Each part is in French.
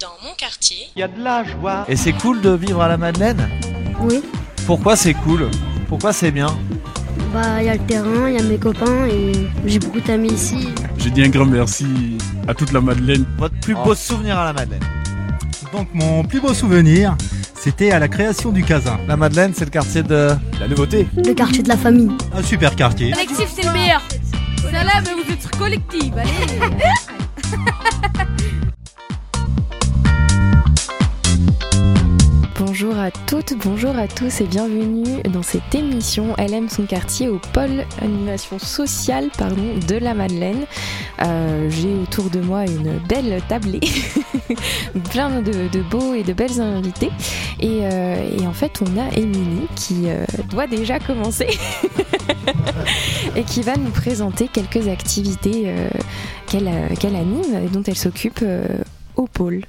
Dans mon quartier, il y a de la joie. Et c'est cool de vivre à la Madeleine ? Oui. Pourquoi c'est cool ? Pourquoi c'est bien ? Il y a le terrain, il y a mes copains et j'ai beaucoup d'amis ici. Je dis un grand merci à toute la Madeleine. Votre plus beau souvenir à la Madeleine ? Donc mon plus beau souvenir, c'était à la création du Casin. La Madeleine, c'est le quartier de la nouveauté. Le quartier de la famille. Un super quartier. Collectif, c'est le meilleur. Ça là, mais vous êtes collectif, allez. Bonjour à toutes, bonjour à tous et bienvenue dans cette émission Elle aime son quartier au pôle animation sociale de la Madeleine. J'ai autour de moi une belle tablée, plein de beaux et de belles invités. Et en fait, on a Émilie qui doit déjà commencer et qui va nous présenter quelques activités qu'elle anime et dont elle s'occupe au pôle.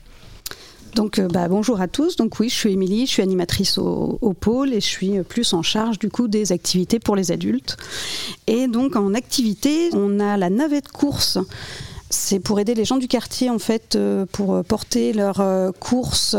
Donc bonjour à tous, donc oui je suis Émilie, je suis animatrice au pôle et je suis plus en charge du coup des activités pour les adultes. Et donc en activité on a la navette course. C'est pour aider les gens du quartier en fait pour porter leurs courses,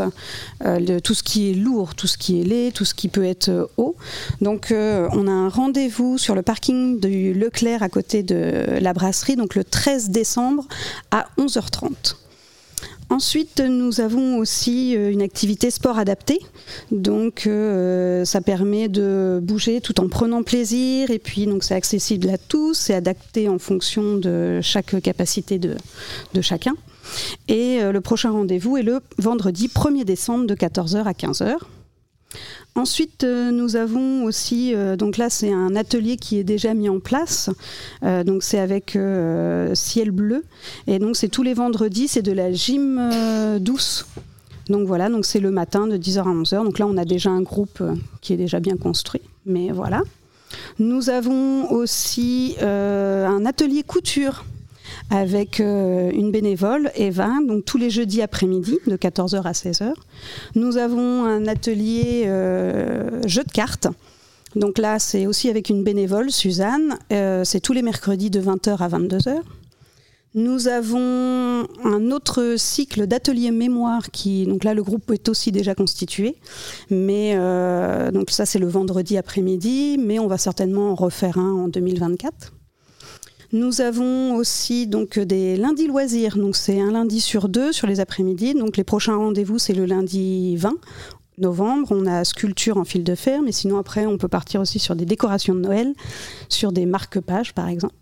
tout ce qui est lourd, tout ce qui est laid, tout ce qui peut être haut. Donc on a un rendez-vous sur le parking du Leclerc à côté de la brasserie, donc le 13 décembre à 11h30. Ensuite, nous avons aussi une activité sport adaptée. Donc, ça permet de bouger tout en prenant plaisir. Et puis, donc, c'est accessible à tous. C'est adapté en fonction de chaque capacité de chacun. Et le prochain rendez-vous est le vendredi 1er décembre de 14h à 15h. Ensuite, nous avons aussi, donc là c'est un atelier qui est déjà mis en place, donc c'est avec Ciel Bleu, et donc c'est tous les vendredis, c'est de la gym douce. Donc voilà, donc c'est le matin de 10h à 11h, donc là on a déjà un groupe qui est déjà bien construit, mais voilà. Nous avons aussi un atelier couture avec une bénévole, Eva, donc tous les jeudis après-midi, de 14h à 16h. Nous avons un atelier jeu de cartes. Donc là, c'est aussi avec une bénévole, Suzanne. C'est tous les mercredis de 20h à 22h. Nous avons un autre cycle d'ateliers mémoire donc là, le groupe est aussi déjà constitué. Mais donc ça, c'est le vendredi après-midi, mais on va certainement en refaire un en 2024. Nous avons aussi donc des lundis loisirs, donc c'est un lundi sur 2 sur les après-midi. Donc les prochains rendez-vous c'est le lundi 20 novembre. On a sculpture en fil de fer, mais sinon après on peut partir aussi sur des décorations de Noël, sur des marque-pages par exemple.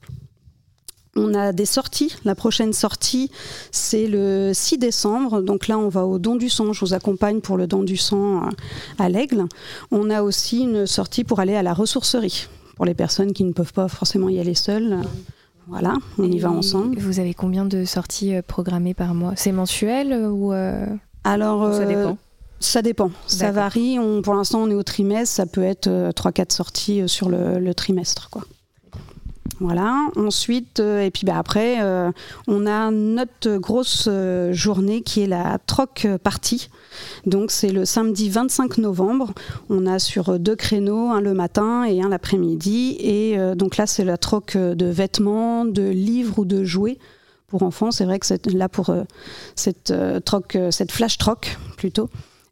On a des sorties. La prochaine sortie, c'est le 6 décembre. Donc là, on va au don du sang. Je vous accompagne pour le don du sang à l'Aigle. On a aussi une sortie pour aller à la ressourcerie, pour les personnes qui ne peuvent pas forcément y aller seules. Voilà, on y va ensemble. Vous avez combien de sorties programmées par mois ? C'est mensuel ou Alors, ça dépend. Ça dépend, ça varie. Pour l'instant, on est au trimestre, ça peut être 3-4 sorties sur le trimestre, quoi. Voilà, ensuite, et puis après, on a notre grosse journée qui est la troc party. Donc c'est le samedi 25 novembre. On a sur 2 créneaux, un le matin et un l'après-midi. Et donc là, c'est la troc de vêtements, de livres ou de jouets pour enfants. C'est vrai que c'est là pour cette flash troc plutôt.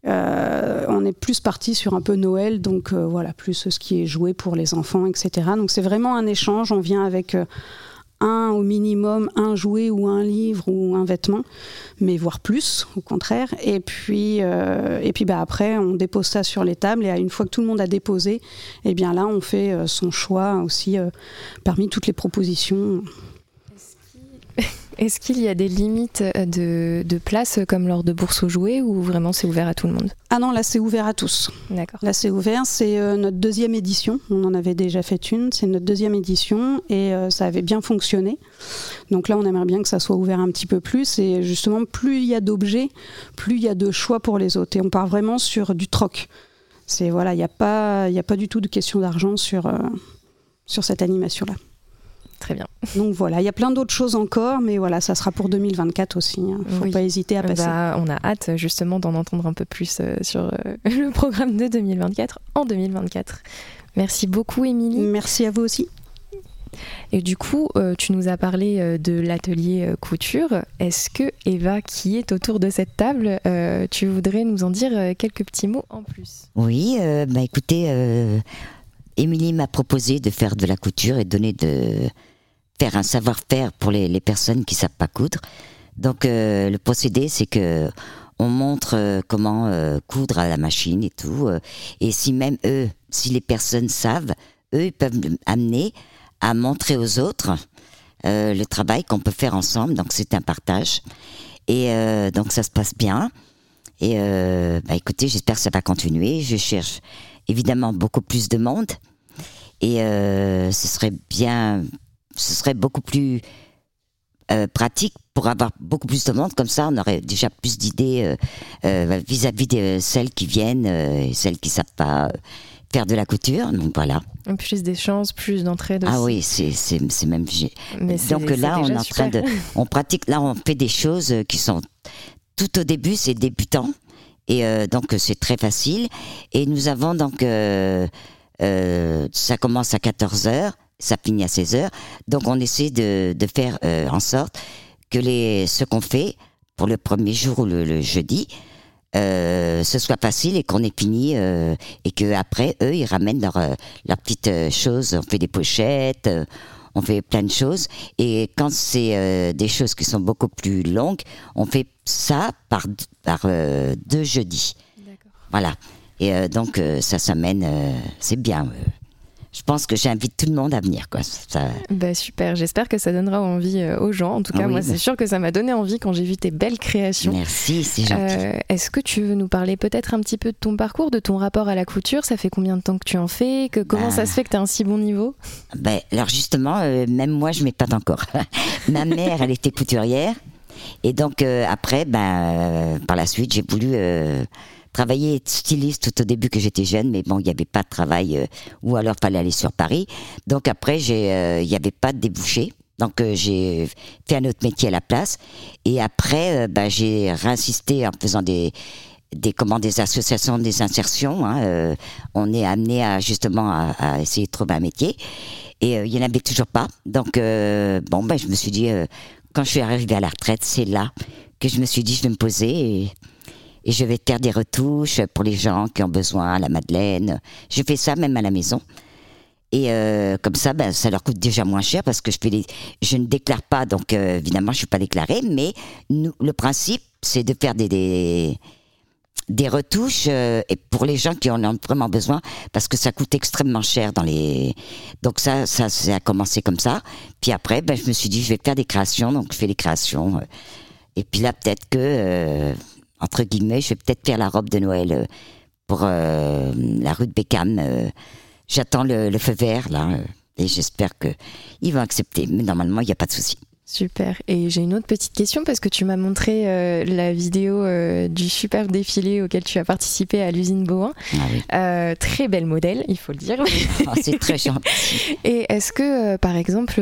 On est plus parti sur un peu Noël, donc voilà, plus ce qui est joué pour les enfants, etc. Donc c'est vraiment un échange, on vient avec au minimum un jouet ou un livre ou un vêtement, mais voire plus, au contraire. Et puis après, on dépose ça sur les tables, et une fois que tout le monde a déposé, et bien là, on fait son choix aussi parmi toutes les propositions. Est-ce qu'il y a des limites de place comme lors de bourse aux jouets ou vraiment c'est ouvert à tout le monde ? Ah non, là c'est ouvert à tous. D'accord. Là c'est ouvert, c'est notre 2e édition. On en avait déjà fait une, c'est notre 2e édition et ça avait bien fonctionné. Donc là on aimerait bien que ça soit ouvert un petit peu plus et justement plus il y a d'objets, plus il y a de choix pour les autres. Et on part vraiment sur du troc. Il n'y a pas du tout de question d'argent sur cette animation-là. Très bien. Donc voilà, il y a plein d'autres choses encore, mais voilà, ça sera pour 2024 aussi. Faut pas hésiter à passer. On a hâte justement d'en entendre un peu plus sur le programme de 2024 en 2024. Merci beaucoup, Émilie. Merci à vous aussi. Et du coup, tu nous as parlé de l'atelier couture. Est-ce que Eva, qui est autour de cette table, tu voudrais nous en dire quelques petits mots en plus? Oui, écoutez, Émilie m'a proposé de faire de la couture et faire un savoir-faire pour les personnes qui ne savent pas coudre. Donc le procédé, c'est que on montre comment coudre à la machine et tout. Et si même si les personnes savent, ils peuvent amener à montrer aux autres le travail qu'on peut faire ensemble. Donc c'est un partage. Et donc ça se passe bien. Et écoutez, j'espère que ça va continuer. Je cherche évidemment beaucoup plus de monde. Et ce serait beaucoup plus pratique pour avoir beaucoup plus de monde. Comme ça, on aurait déjà plus d'idées vis-à-vis de celles qui viennent et celles qui ne savent pas faire de la couture. Donc voilà. Plus d'échanges, plus d'entraide aussi. Ah oui, c'est même... Donc là, on est en train de... On pratique, là, on fait des choses qui sont... Tout au début, c'est débutant. Et donc, c'est très facile. Et nous avons donc... ça commence à 14h, ça finit à 16h. Donc, on essaie de faire en sorte que ce qu'on fait pour le premier jour ou le jeudi, ce soit facile et qu'on ait fini et qu'après, eux, ils ramènent leurs petites choses. On fait des pochettes, on fait plein de choses. Et quand c'est des choses qui sont beaucoup plus longues, on fait ça par 2 jeudis. D'accord. Voilà. Et donc, ça s'amène, c'est bien. Je pense que j'invite tout le monde à venir, quoi. Super, j'espère que ça donnera envie aux gens. En tout cas, moi, c'est sûr que ça m'a donné envie quand j'ai vu tes belles créations. Merci, c'est gentil. Est-ce que tu veux nous parler peut-être un petit peu de ton parcours, de ton rapport à la couture? Ça fait combien de temps que tu en fais? Comment ça se fait que tu as un si bon niveau? Alors justement, même moi, je ne m'épate encore. Ma mère, elle était couturière. Et donc, après, par la suite, j'ai voulu... travailler styliste tout au début que j'étais jeune, mais bon, il n'y avait pas de travail, ou alors fallait aller sur Paris. Donc après, il n'y avait pas de débouché. Donc j'ai fait un autre métier à la place. Et après, j'ai réinsisté en faisant des associations, des insertions. On est amené à essayer de trouver un métier. Et il n'y en avait toujours pas. Donc je me suis dit, quand je suis arrivée à la retraite, c'est là que je me suis dit, je vais me poser et je vais faire des retouches pour les gens qui ont besoin, à la Madeleine. Je fais ça même à la maison. Et comme ça, ça leur coûte déjà moins cher parce que je ne déclare pas, donc évidemment, je ne suis pas déclarée. Mais le principe, c'est de faire des retouches et pour les gens qui en ont vraiment besoin parce que ça coûte extrêmement cher Donc ça a commencé comme ça. Puis après, je me suis dit, je vais faire des créations. Donc je fais des créations. Et puis là, peut-être que... entre guillemets, je vais peut-être faire la robe de Noël pour la rue de Beckham. J'attends le feu vert, là, et j'espère qu'ils vont accepter. Mais normalement, il n'y a pas de souci. Super. Et j'ai une autre petite question parce que tu m'as montré la vidéo du super défilé auquel tu as participé à l'usine Bohain. Ah oui. Très bel modèle, il faut le dire. Oh, c'est très gentil. Et est-ce que, par exemple,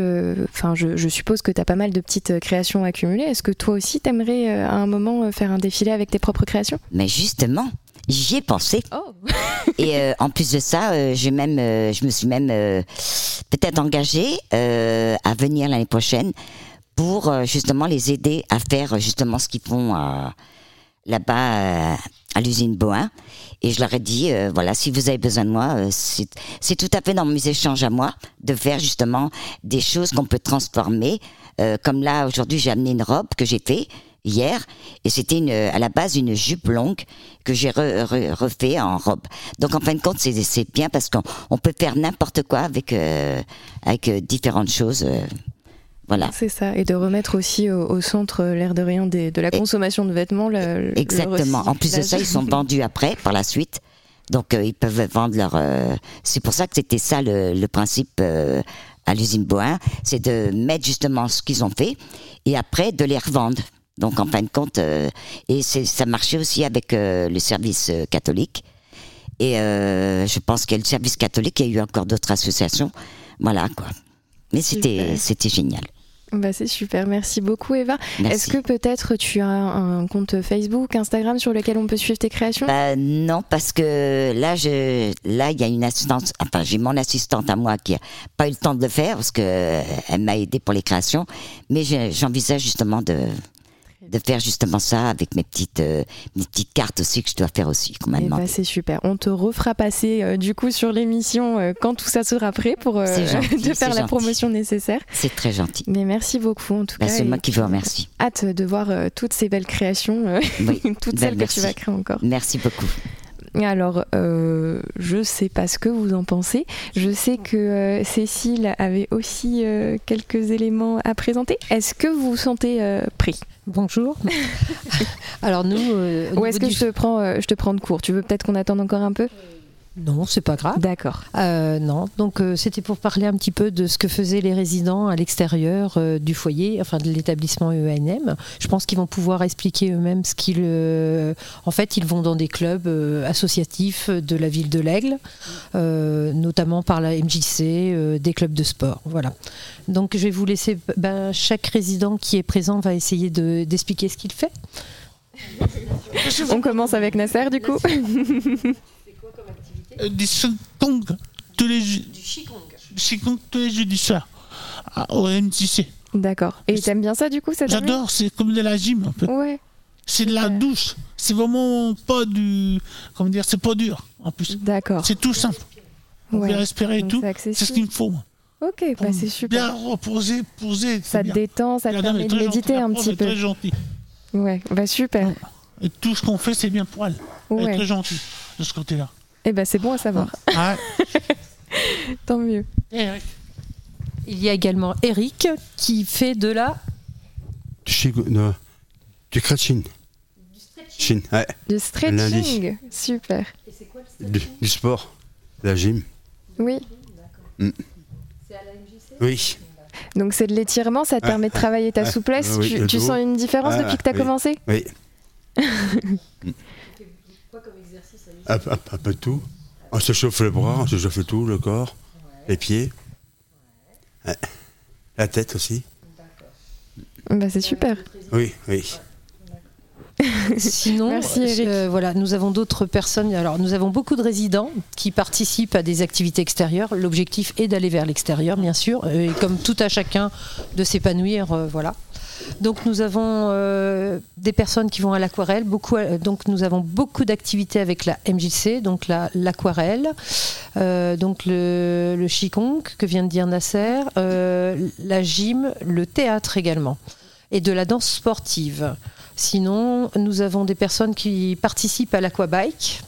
je suppose que tu as pas mal de petites créations accumulées. Est-ce que toi aussi, tu aimerais à un moment faire un défilé avec tes propres créations? Mais justement, j'y ai pensé. Oh. Et en plus de ça, je me suis même peut-être engagée à venir l'année prochaine pour justement les aider à faire justement ce qu'ils font là-bas à l'usine Bohain. Et je leur ai dit, voilà, si vous avez besoin de moi, c'est tout à fait dans mes échanges à moi de faire justement des choses qu'on peut transformer. Comme là, aujourd'hui, j'ai amené une robe que j'ai fait hier, et c'était à la base une jupe longue que j'ai refait en robe. Donc en fin de compte, c'est bien parce qu'on peut faire n'importe quoi avec différentes choses. Voilà. C'est ça, et de remettre aussi au centre, l'air de rien, de la consommation de vêtements. Exactement. En plus de ça, ils sont vendus après, par la suite. Donc ils peuvent vendre leur... C'est pour ça que c'était ça le principe à l'usine Bohain, c'est de mettre justement ce qu'ils ont fait et après de les revendre. Donc en fin de compte, et ça marchait aussi avec le service catholique. Et je pense qu'il y a le service catholique, il y a eu encore d'autres associations. Voilà quoi. Mais c'était génial. Bah, c'est super, merci beaucoup Eva. Merci. Est-ce que peut-être tu as un compte Facebook, Instagram sur lequel on peut suivre tes créations? Non, parce que là, il y a une assistante, enfin, j'ai mon assistante à moi qui a pas eu le temps de le faire parce que elle m'a aidé pour les créations, mais j'envisage justement de faire justement ça avec mes petites cartes aussi que je dois faire aussi, qu'on m'a demandé. C'est super. On te refera passer du coup sur l'émission quand tout ça sera prêt pour te faire la promotion nécessaire. C'est très gentil. Mais merci beaucoup en tout cas. C'est moi qui vous remercie. Hâte de voir toutes ces belles créations, toutes celles que tu vas créer encore. Merci beaucoup. Alors, je sais pas ce que vous en pensez. Je sais que Cécile avait aussi quelques éléments à présenter. Est-ce que vous vous sentez prêt? Bonjour. Alors nous... Ou est-ce que je te prends de court? Tu veux peut-être qu'on attende encore un peu? Non, c'est pas grave. D'accord. Non, donc c'était pour parler un petit peu de ce que faisaient les résidents à l'extérieur du foyer, enfin de l'établissement EANM. Je pense qu'ils vont pouvoir expliquer eux-mêmes ce qu'ils... En fait, ils vont dans des clubs associatifs de la ville de l'Aigle, notamment par la MJC, des clubs de sport. Voilà. Donc je vais vous laisser... chaque résident qui est présent va essayer d'expliquer ce qu'il fait. On commence avec Nasser du coup. Du Qigong tous les jeudis soirs au MJC. D'accord. Et t'aimes bien ça du coup? J'adore, c'est comme de la gym un peu. Ouais. C'est de la douce. C'est vraiment pas du... Comment dire, c'est pas dur en plus. D'accord. C'est tout simple. On peut respirer et tout. C'est ce qu'il me faut. Ok, c'est super. Bien reposer, poser. Ça te détend, ça te permet de méditer un petit peu. Très gentil. Ouais, super. Et tout ce qu'on fait, c'est bien pour elle. Elle est très gentille de ce côté-là. C'est bon à savoir. Ouais. Tant mieux. Il y a également Eric qui fait de la... Du stretching. Ouais. Du stretching. Super. Et c'est quoi le stretching? Du sport. La gym. Oui. C'est à la MJC? Oui. Donc c'est de l'étirement, ça te permet de travailler ta souplesse. Oui, tu sens une différence depuis que tu as commencé? Oui. Quoi comme exercice? Un peu de tout. On se chauffe les bras, on se chauffe tout, le corps, les pieds, la tête aussi. C'est super. Oui. Sinon, merci Eric. Voilà, nous avons d'autres personnes. Alors, nous avons beaucoup de résidents qui participent à des activités extérieures. L'objectif est d'aller vers l'extérieur, bien sûr, et comme tout à chacun de s'épanouir, voilà. Donc nous avons des personnes qui vont à l'aquarelle, donc nous avons beaucoup d'activités avec la MJC, donc l'aquarelle, donc le Qigong que vient de dire Nasser, la gym, le théâtre également, et de la danse sportive. Sinon, nous avons des personnes qui participent à l'aquabike,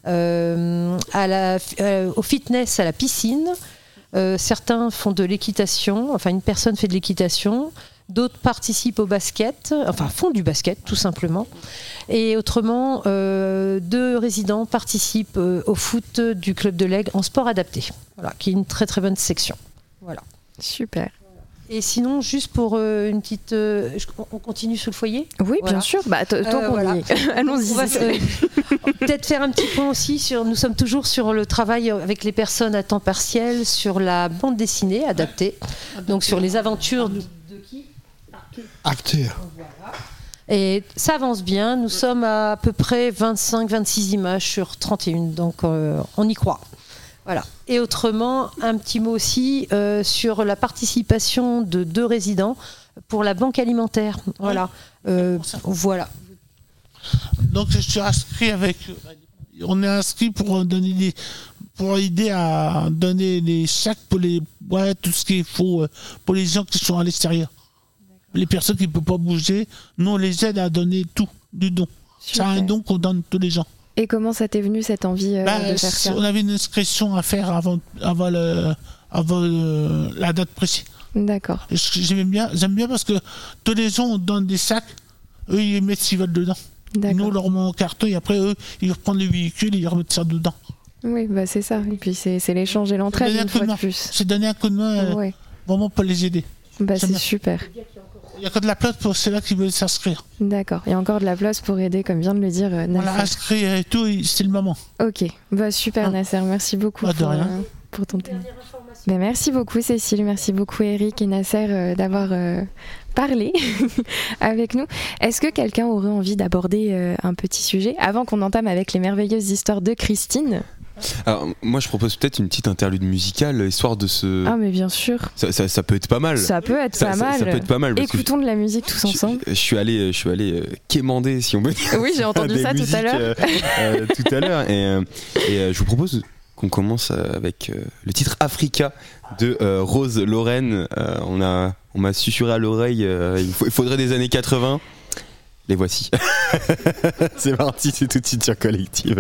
au fitness, à la piscine. Certains font de l'équitation, enfin une personne fait de l'équitation. D'autres participent au basket, enfin font du basket tout simplement. Et autrement, 2 résidents participent au foot du club de l'Aigle en sport adapté, voilà, qui est une très très bonne section. Voilà. Super. Et sinon, juste pour une petite... on continue sur le foyer? Oui, voilà. Bien sûr. Tant qu'on y est. Allons-y. On va peut-être faire un petit point aussi sur... Nous sommes toujours sur le travail avec les personnes à temps partiel, sur la bande dessinée adaptée, donc sur les aventures de qui? Acteur. Voilà. Et ça avance bien. Nous sommes à peu près 25-26 images sur 31, donc on y croit. Voilà. Et autrement, un petit mot aussi sur la participation de 2 résidents pour la banque alimentaire. Voilà. Voilà. Donc je suis inscrit avec... On est inscrit pour aider à donner les sacs pour tout ce qu'il faut pour les gens qui sont à l'extérieur. Les personnes qui ne peuvent pas bouger, nous on les aide à donner tout, du don. C'est un don qu'on donne tous les gens. Et comment ça t'est venu cette envie de faire ça? On avait une inscription à faire avant la date précise. D'accord. J'aime bien parce que tous les gens on donne des sacs, eux ils mettent ce qu'ils veulent dedans. Nous on leur met en carton et après eux ils reprennent le véhicule et ils remettent ça dedans. Oui, c'est ça. Et puis c'est l'échange et l'entraide une fois de plus. C'est donner un coup de main vraiment pour les aider. C'est super. Il n'y a que de la place pour ceux-là qui veulent s'inscrire. D'accord. Il y a encore de la place pour aider, comme vient de le dire Nasser. On l'a inscrit et tout, c'est le moment. Ok. Super Nasser, merci beaucoup pour ton témoignage. Ben, merci beaucoup Cécile, merci beaucoup Eric et Nasser d'avoir parlé avec nous. Est-ce que quelqu'un aurait envie d'aborder un petit sujet avant qu'on entame avec les merveilleuses histoires de Christine ? Alors, moi je propose peut-être une petite interlude musicale histoire de se. Ah mais bien sûr. Ça peut être pas mal. Ça peut être pas mal. Ça peut être pas mal. Écoutons de la musique tous ensemble. Je suis allé quémander si on veut dire. Oui, j'ai entendu ça tout à l'heure. Tout à l'heure et je vous propose qu'on commence avec le titre Africa de Rose Lorraine. On m'a susurré à l'oreille. Il faudrait des années 80. Les voici. C'est parti, c'est tout de suite sur Collective.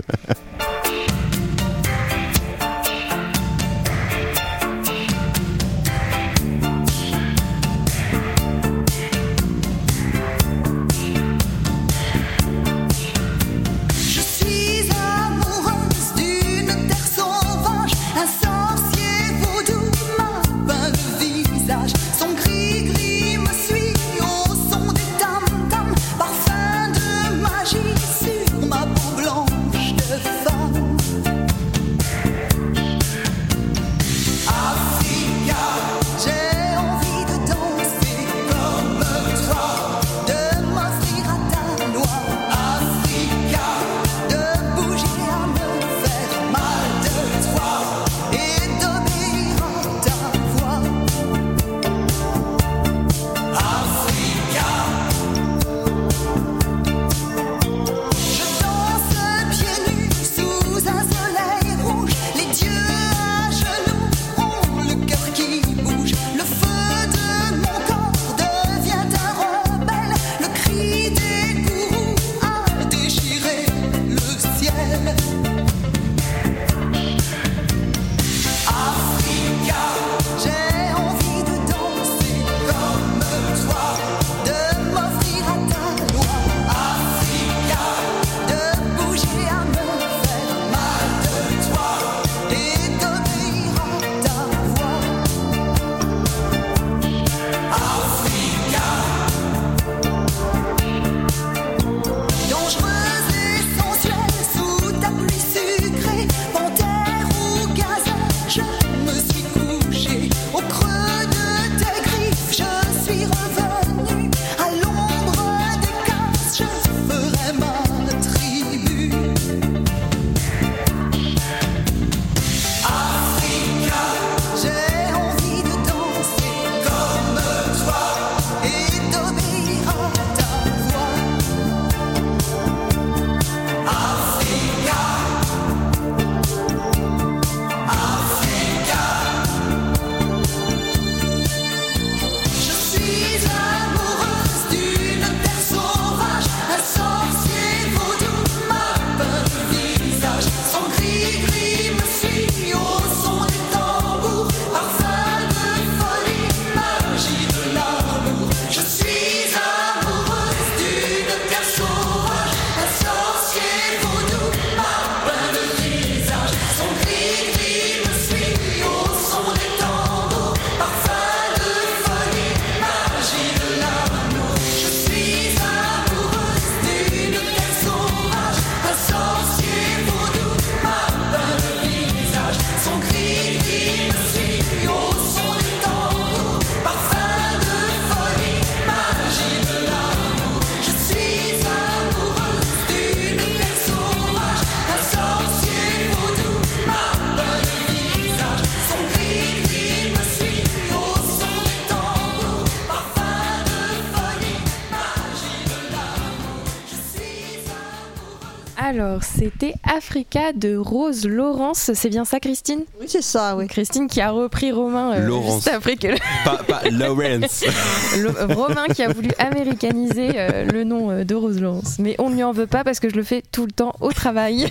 Alors, c'était Africa de Rose Laurence. C'est bien ça, Christine ? Oui, c'est ça, oui. Christine qui a repris Romain juste après que... pas Lawrence. Romain qui a voulu américaniser le nom de Rose Laurence. Mais on ne lui en veut pas parce que je le fais tout le temps au travail.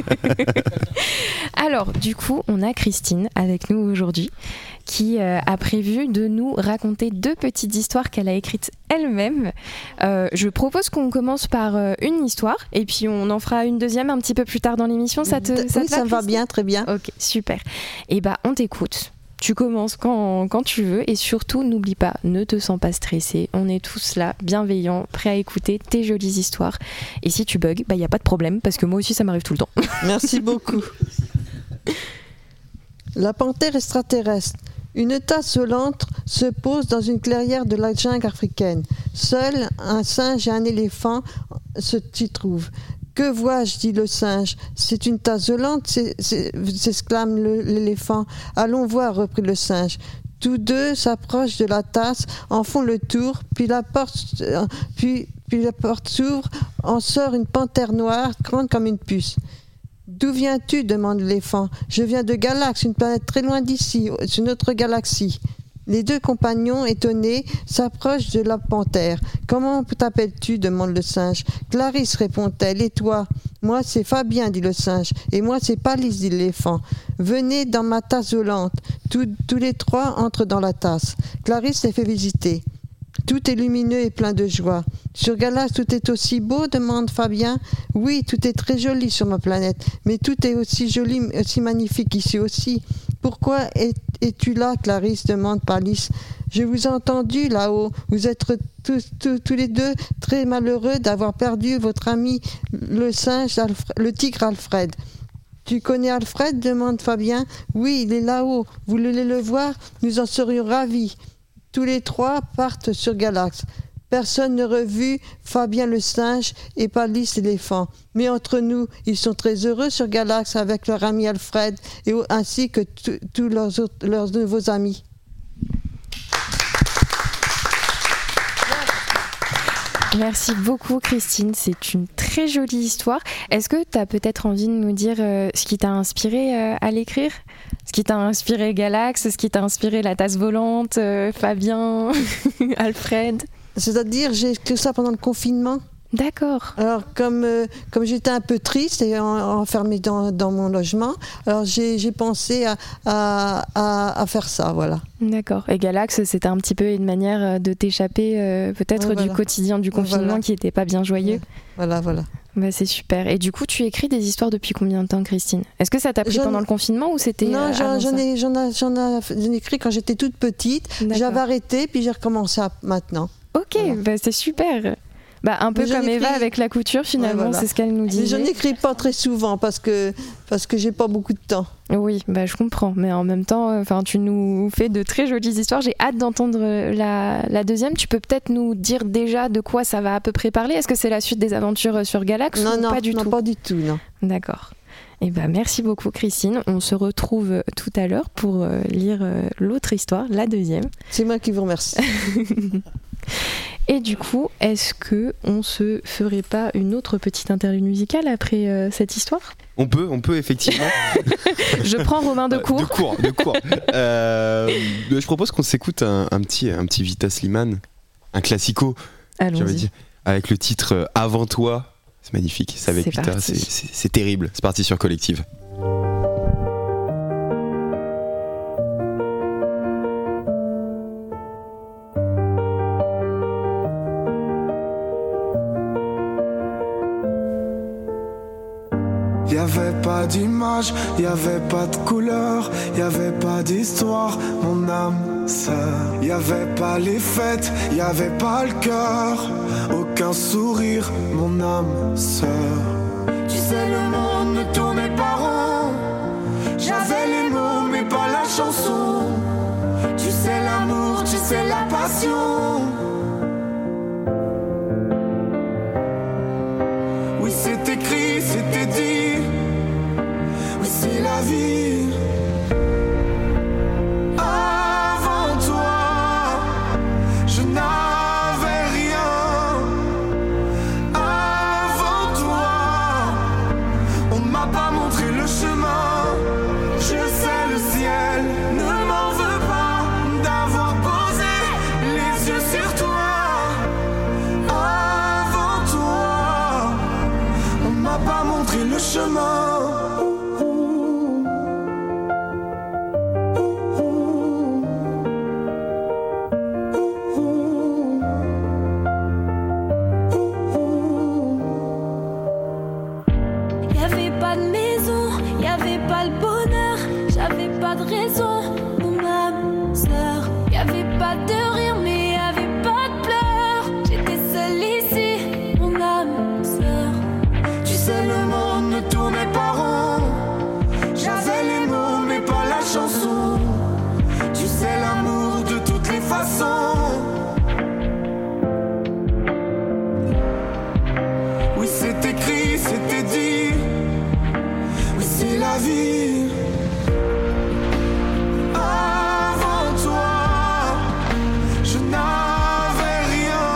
Alors, du coup, on a Christine avec nous aujourd'hui qui a prévu de nous raconter 2 petites histoires qu'elle a écrites elle-même. Je propose qu'on commence par une histoire et puis on en fera une deuxième un petit peu plus tard dans l'émission. Ça te oui, ça me va bien, très bien. Ok, super. Et bah, on t'écoute. Tu commences quand tu veux et surtout, n'oublie pas, ne te sens pas stressé. On est tous là, bienveillants, prêts à écouter tes jolies histoires. Et si tu bugs, bah, y a pas de problème parce que moi aussi, ça m'arrive tout le temps. Merci beaucoup. La panthère extraterrestre. Une tasse volante se pose dans une clairière de la jungle africaine. Seul un singe et un éléphant s'y trouvent. Que vois-je, dit le singe. C'est une tasse volante, s'exclame l'éléphant. Allons voir, reprit le singe. Tous deux s'approchent de la tasse, en font le tour, puis la porte s'ouvre, en sort une panthère noire, grande comme une puce. D'où viens-tu ? Demande l'éléphant. Je viens de Galax, une planète très loin d'ici, c'est une autre galaxie. Les deux compagnons, étonnés, s'approchent de la panthère. Comment t'appelles-tu ? Demande le singe. Clarisse, répond-elle. Et toi ? Moi, c'est Fabien, dit le singe. Et moi, c'est Palice, dit l'éléphant. Venez dans ma tasse volante. Tous les trois entrent dans la tasse. Clarisse les fait visiter. Tout est lumineux et plein de joie. Sur Galax, tout est aussi beau ? Demande Fabien. Oui, tout est très joli sur ma planète, mais tout est aussi joli, aussi magnifique ici aussi. Pourquoi es-tu là, Clarisse ? Demande Palice. Je vous ai entendu là-haut. Vous êtes tous les deux très malheureux d'avoir perdu votre ami, le singe, le tigre Alfred. Tu connais Alfred ? Demande Fabien. Oui, il est là-haut. Vous voulez le voir ? Nous en serions ravis. Tous les trois partent sur Galax. Personne ne revit Fabien le singe et Palice l'éléphant. Mais entre nous, ils sont très heureux sur Galax avec leur ami Alfred ainsi que tous leurs nouveaux amis. Merci beaucoup Christine, c'est une très jolie histoire. Est-ce que tu as peut-être envie de nous dire ce qui t'a inspiré à l'écrire ? Ce qui t'a inspiré Galax, ce qui t'a inspiré la tasse volante, Fabien, Alfred ? C'est-à-dire, j'ai écrit ça pendant le confinement. D'accord. Alors, comme j'étais un peu triste et enfermée dans mon logement, alors j'ai pensé à faire ça, voilà. D'accord. Et Galax, c'était un petit peu une manière de t'échapper peut-être du quotidien du confinement qui n'était pas bien joyeux. Voilà. Bah, c'est super. Et du coup, tu écris des histoires depuis combien de temps, Christine ? Est-ce que ça t'a pris pendant le confinement ou c'était Non, j'en ai écrit quand j'étais toute petite. D'accord. J'avais arrêté, puis j'ai recommencé maintenant. Ok, voilà. Bah, c'est super. Bah, un peu comme Eva avec la couture, finalement, c'est ce qu'elle nous disait. Mais je n'écris pas très souvent parce que j'ai pas beaucoup de temps. Oui, bah, je comprends. Mais en même temps, tu nous fais de très jolies histoires. J'ai hâte d'entendre la deuxième. Tu peux peut-être nous dire déjà de quoi ça va à peu près parler ? Est-ce que c'est la suite des aventures sur Galax ? Non, pas du tout. Pas du tout, non. D'accord. Et bah, merci beaucoup, Christine. On se retrouve tout à l'heure pour lire l'autre histoire, la deuxième. C'est moi qui vous remercie. Et du coup, est-ce qu'on se ferait pas une autre petite interlude musicale après cette histoire ? On peut effectivement. Je prends Romain de court. De court. Je propose qu'on s'écoute un petit Vita Slimane, un classico. Allons-y. Dire, avec le titre Avant toi. C'est magnifique. C'est avec Vita. C'est terrible. C'est parti sur Collective. Y'avait pas d'image, y'avait pas de couleur, y'avait pas d'histoire, mon âme sœur. Y'avait pas les fêtes, y'avait pas le cœur, aucun sourire, mon âme sœur. Tu sais le monde ne tournait pas rond, j'avais les mots mais pas la chanson. Tu sais l'amour, tu sais la passion. Oui c'est écrit, c'était dit. C'est la vie. Avant toi, je n'avais rien. Avant toi, on m'a pas montré le chemin. Je sais le ciel ne m'en veut pas d'avoir posé les yeux sur toi. Avant toi, on m'a pas montré le chemin. Chanson vie. Avant toi, je n'avais rien.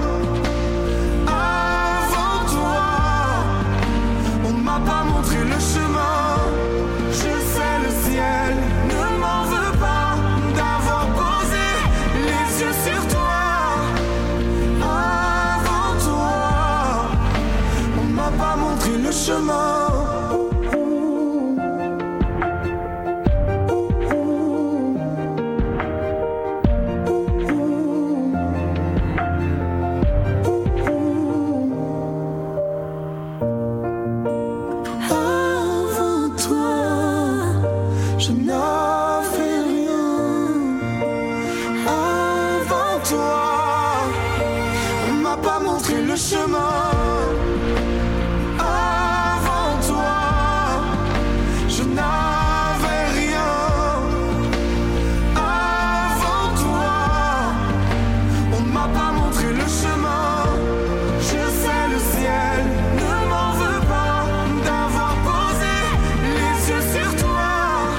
Avant toi, on ne m'a pas montré le chemin. Je sais le ciel ne m'en veut pas d'avoir posé les yeux sur toi. Avant toi, on ne m'a pas montré le chemin. Avant toi, je n'avais rien. Avant toi, on m'a pas montré le chemin. Avant toi, je n'avais rien. Avant toi, on m'a pas montré le chemin. Je sais le ciel ne m'en veut pas d'avoir posé les yeux sur toi.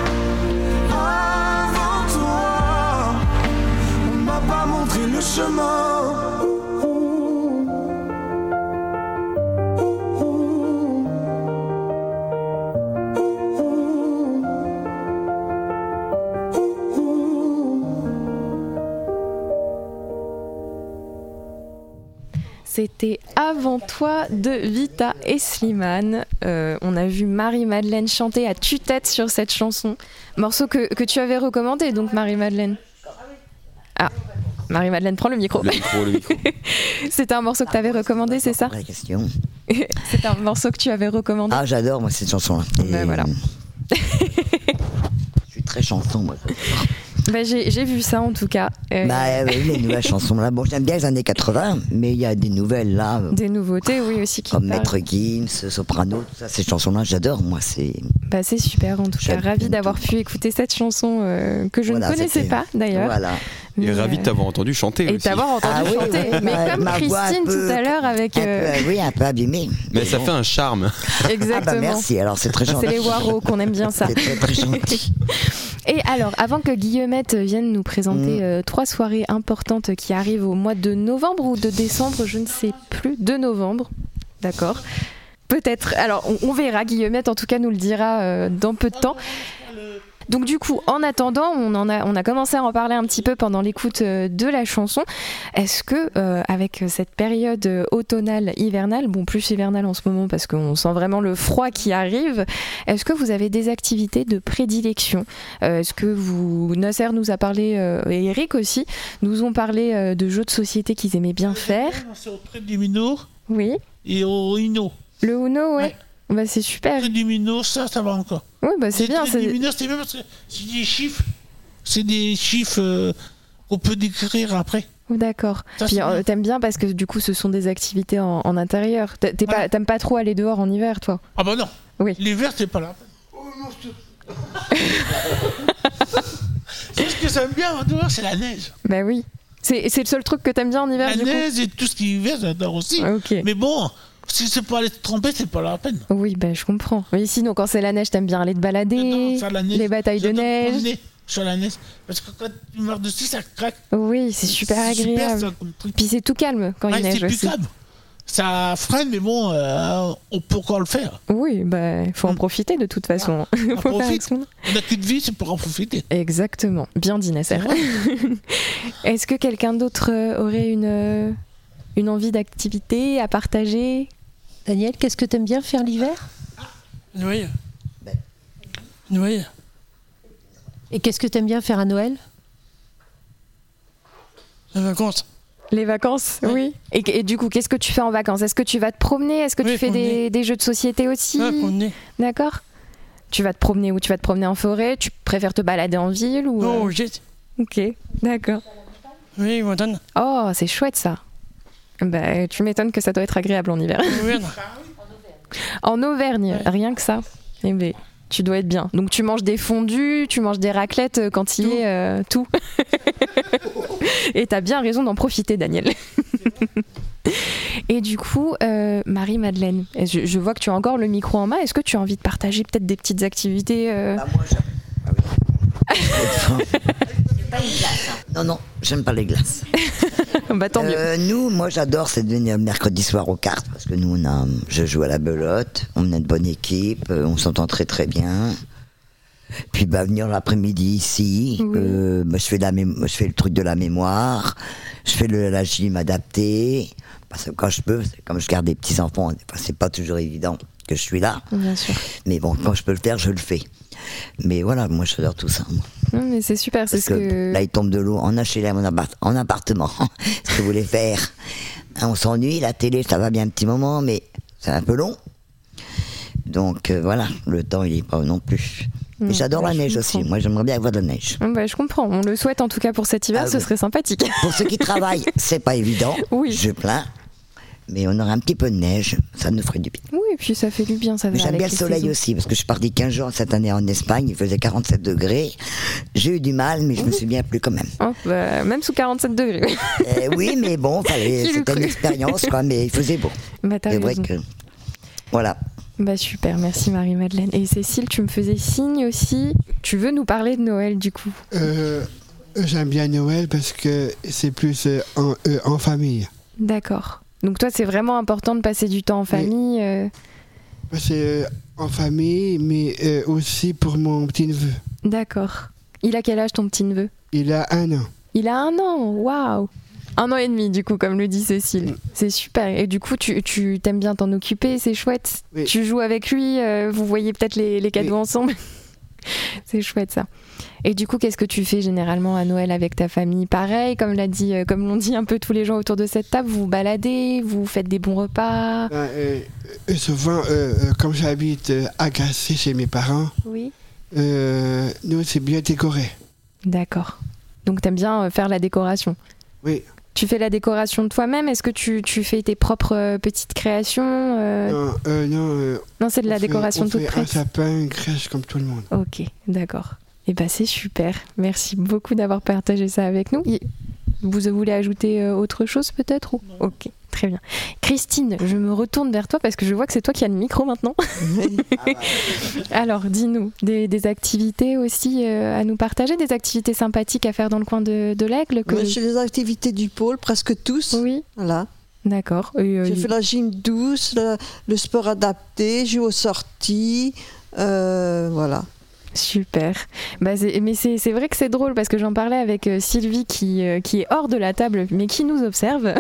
Avant toi, on m'a pas montré le chemin. C'était Avant toi de Vita et Slimane. On a vu Marie-Madeleine chanter à tue-tête sur cette chanson. Morceau que tu avais recommandé, donc Marie-Madeleine. Ah, Marie-Madeleine, prends le micro. Le micro. C'était un morceau que tu avais recommandé, c'est ça ? La question. C'est un morceau que tu avais recommandé. Ah, j'adore, moi, cette chanson-là. Ben voilà. Je suis très chanson, moi. Bah, j'ai vu ça en tout cas. Bah oui, les nouvelles chansons là. Bon, j'aime bien les années 80, mais il y a des nouvelles là. Des nouveautés, oui, aussi. Qui comme parlent. Maître Gims, Soprano, tout ça, ces chansons-là, j'adore. Moi, c'est. Bah, c'est super en tout cas. Ravi d'avoir pu écouter cette chanson que je ne connaissais pas d'ailleurs. Voilà. Et ravi de t'avoir entendu chanter et aussi. t'avoir entendu chanter. Oui, mais comme Christine tout à l'heure avec. Oui, un peu abîmée. Mais ça fait un charme. Exactement. Ah bah merci, alors c'est très gentil. C'est les Waro qu'on aime bien ça. C'est très très gentil. Et alors, avant que Guillemette vienne nous présenter 3 soirées importantes qui arrivent au mois de novembre ou de décembre, je ne sais plus, de novembre, d'accord. Peut-être, alors on verra, Guillemette en tout cas nous le dira dans peu de temps. Donc du coup, en attendant, on a commencé à en parler un petit peu pendant l'écoute de la chanson. Est-ce que, avec cette période automnale, hivernale, bon plus hivernale en ce moment parce qu'on sent vraiment le froid qui arrive, est-ce que vous avez des activités de prédilection ? Est-ce que Nasser nous a parlé, et Eric aussi, nous ont parlé de jeux de société qu'ils aimaient bien faire. C'est au trait du Mino. Oui. Et au Uno. Le Uno, ouais. Bah, c'est super. Le Mino, ça va encore. Oui, bah c'est bien. Le Mino, c'est bien parce que c'est des chiffres. C'est des chiffres qu'on peut décrire après. D'accord. Puis t'aimes bien parce que du coup, ce sont des activités en intérieur. T'aimes pas trop aller dehors en hiver, toi ? Ah bah non. Oui. L'hiver, c'est pas là. Oh non, c'est ce que j'aime bien dehors, c'est la neige. Bah oui. C'est le seul truc que t'aimes bien en hiver, la neige et tout ce qui est hiver, j'adore aussi. Okay. Mais bon, si c'est pour aller te tremper, c'est pas la peine. Oui, bah je comprends. Mais sinon, quand c'est la neige, t'aimes bien aller te balader, les batailles de neige. Sur la neige, parce que quand tu meurs dessus, ça craque. Oui, c'est super agréable. Super, puis c'est tout calme quand il neige aussi. C'est plus calme. Ça freine, mais bon, on peut encore le faire. Oui, bah faut en profiter de toute façon. On profite. On n'a qu'une vie, c'est pour en profiter. Exactement. Bien dit, Nasser. Est-ce que quelqu'un d'autre aurait une envie d'activité à partager ? Daniel, qu'est-ce que t'aimes bien faire l'hiver ? Oui. Oui. Et qu'est-ce que t'aimes bien faire à Noël ? Les vacances. Les vacances, oui. Et du coup, qu'est-ce que tu fais en vacances ? Est-ce que tu vas te promener ? Est-ce que tu fais des jeux de société aussi ? Oui, promener. D'accord. Tu vas te promener où ? Tu vas te promener en forêt ? Tu préfères te balader en ville ou Non, j'étais. Ok, d'accord. Oui, montagne. Oh, c'est chouette ça. Bah, tu m'étonnes que ça doit être agréable en hiver. En Auvergne, rien que ça. Eh ben, tu dois être bien. Donc tu manges des fondus, tu manges des raclettes quand il est tout. Et t'as bien raison d'en profiter, Daniel. Et du coup, Marie-Madeleine, je vois que tu as encore le micro en main. Est-ce que tu as envie de partager peut-être des petites activités Pas les glaces. Hein. Non, j'aime pas les glaces. Bah tant mieux. Moi j'adore, c'est de venir le mercredi soir aux cartes, parce que nous, je joue à la belote, on a une bonne équipe, on s'entend très très bien. Puis venir l'après-midi ici, Oui. je fais le truc de la mémoire, je fais la gym adaptée, parce que quand je peux, comme je garde des petits-enfants, c'est pas toujours évident que je suis là. Bien sûr. Mais bon, quand je peux le faire, je le fais. Mais voilà, moi j'adore tout ça. Moi. Non, mais c'est super, c'est Parce que là, il tombe de l'eau en HLM, en appartement. Ce que vous voulez faire. On s'ennuie, la télé, ça va bien un petit moment, mais c'est un peu long. Donc voilà, le temps, il est pas non plus. Mais j'adore la neige aussi. Moi, j'aimerais bien avoir de la neige. Je comprends. On le souhaite en tout cas pour cet hiver, ce serait sympathique. Pour ceux qui travaillent, c'est pas évident. Oui. Je plains. Mais on aurait un petit peu de neige, ça nous ferait du bien. Oui, et puis ça fait du bien, ça va. Mais j'aime bien le soleil aussi, parce que je suis partie 15 jours cette année en Espagne, il faisait 47 degrés. J'ai eu du mal, mais je me suis bien plu quand même. Oh, même sous 47 degrés. Oui, mais bon, c'était une expérience, quoi, mais il faisait beau. T'as c'est vrai raison. que. Voilà. Super, merci Marie-Madeleine. Et Cécile, tu me faisais signe aussi. Tu veux nous parler de Noël du coup? J'aime bien Noël parce que c'est plus en famille. D'accord. Donc toi, c'est vraiment important de passer du temps en famille. C'est en famille, mais aussi pour mon petit-neveu. D'accord. Il a quel âge ton petit-neveu? Il a 1 an. Il a 1 an, waouh! 1 an et demi, du coup, comme le dit Cécile. C'est super. Et du coup, tu t'aimes bien t'en occuper, c'est chouette. Oui. Tu joues avec lui, vous voyez peut-être les cadeaux ensemble. C'est chouette ça. Et du coup, qu'est-ce que tu fais généralement à Noël avec ta famille? Pareil, comme l'ont dit un peu tous les gens autour de cette table, vous vous baladez, vous faites des bons repas. Souvent, comme j'habite à Grasset chez mes parents, oui. Nous, c'est bien décoré. D'accord. Donc, t'aimes bien faire la décoration? Oui. Tu fais la décoration de toi-même? Est-ce que tu fais tes propres petites créations? Non, c'est de la décoration toute prête. On fait un sapin, une crèche comme tout le monde. Ok, d'accord. Et c'est super. Merci beaucoup d'avoir partagé ça avec nous. Vous voulez ajouter autre chose peut-être ou... Ok, très bien. Christine, je me retourne vers toi parce que je vois que c'est toi qui as le micro maintenant. Alors, dis-nous, des activités aussi à nous partager, des activités sympathiques à faire dans le coin de l'Aigle J'ai les activités du pôle, presque tous. Oui. Voilà. D'accord. J'ai fait la gym douce, le sport adapté, joue aux sorties, voilà. Super. Mais c'est vrai que c'est drôle parce que j'en parlais avec Sylvie qui est hors de la table mais qui nous observe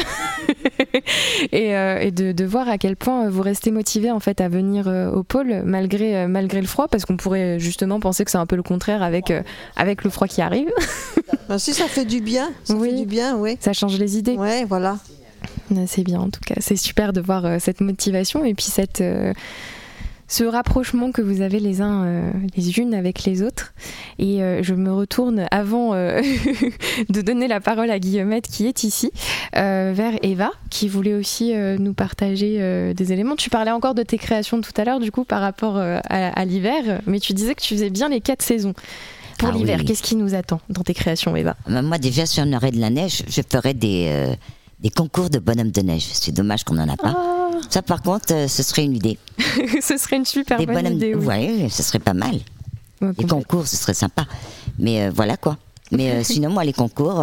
et de voir à quel point vous restez motivés en fait à venir au pôle malgré le froid, parce qu'on pourrait justement penser que c'est un peu le contraire avec le froid qui arrive. Si ça fait du bien, fait du bien, oui. Ça change les idées. Ouais, voilà. C'est bien en tout cas. C'est super de voir cette motivation et puis ce rapprochement que vous avez les uns les unes avec les autres. Et je me retourne avant de donner la parole à Guillemette qui est ici, vers Eva qui voulait aussi nous partager des éléments. Tu parlais encore de tes créations tout à l'heure du coup par rapport à l'hiver, mais tu disais que tu faisais bien les 4 saisons. Pour l'hiver, qu'est-ce qui nous attend dans tes créations, Eva? Moi déjà, si on aurait de la neige, je ferais des concours de bonhommes de neige. C'est dommage qu'on n'en a pas. Ça, par contre, ce serait une idée. Ce serait une super bonne idée. Oui, ce serait pas mal. Les concours, ce serait sympa. Mais voilà quoi. Mais sinon, moi, les concours,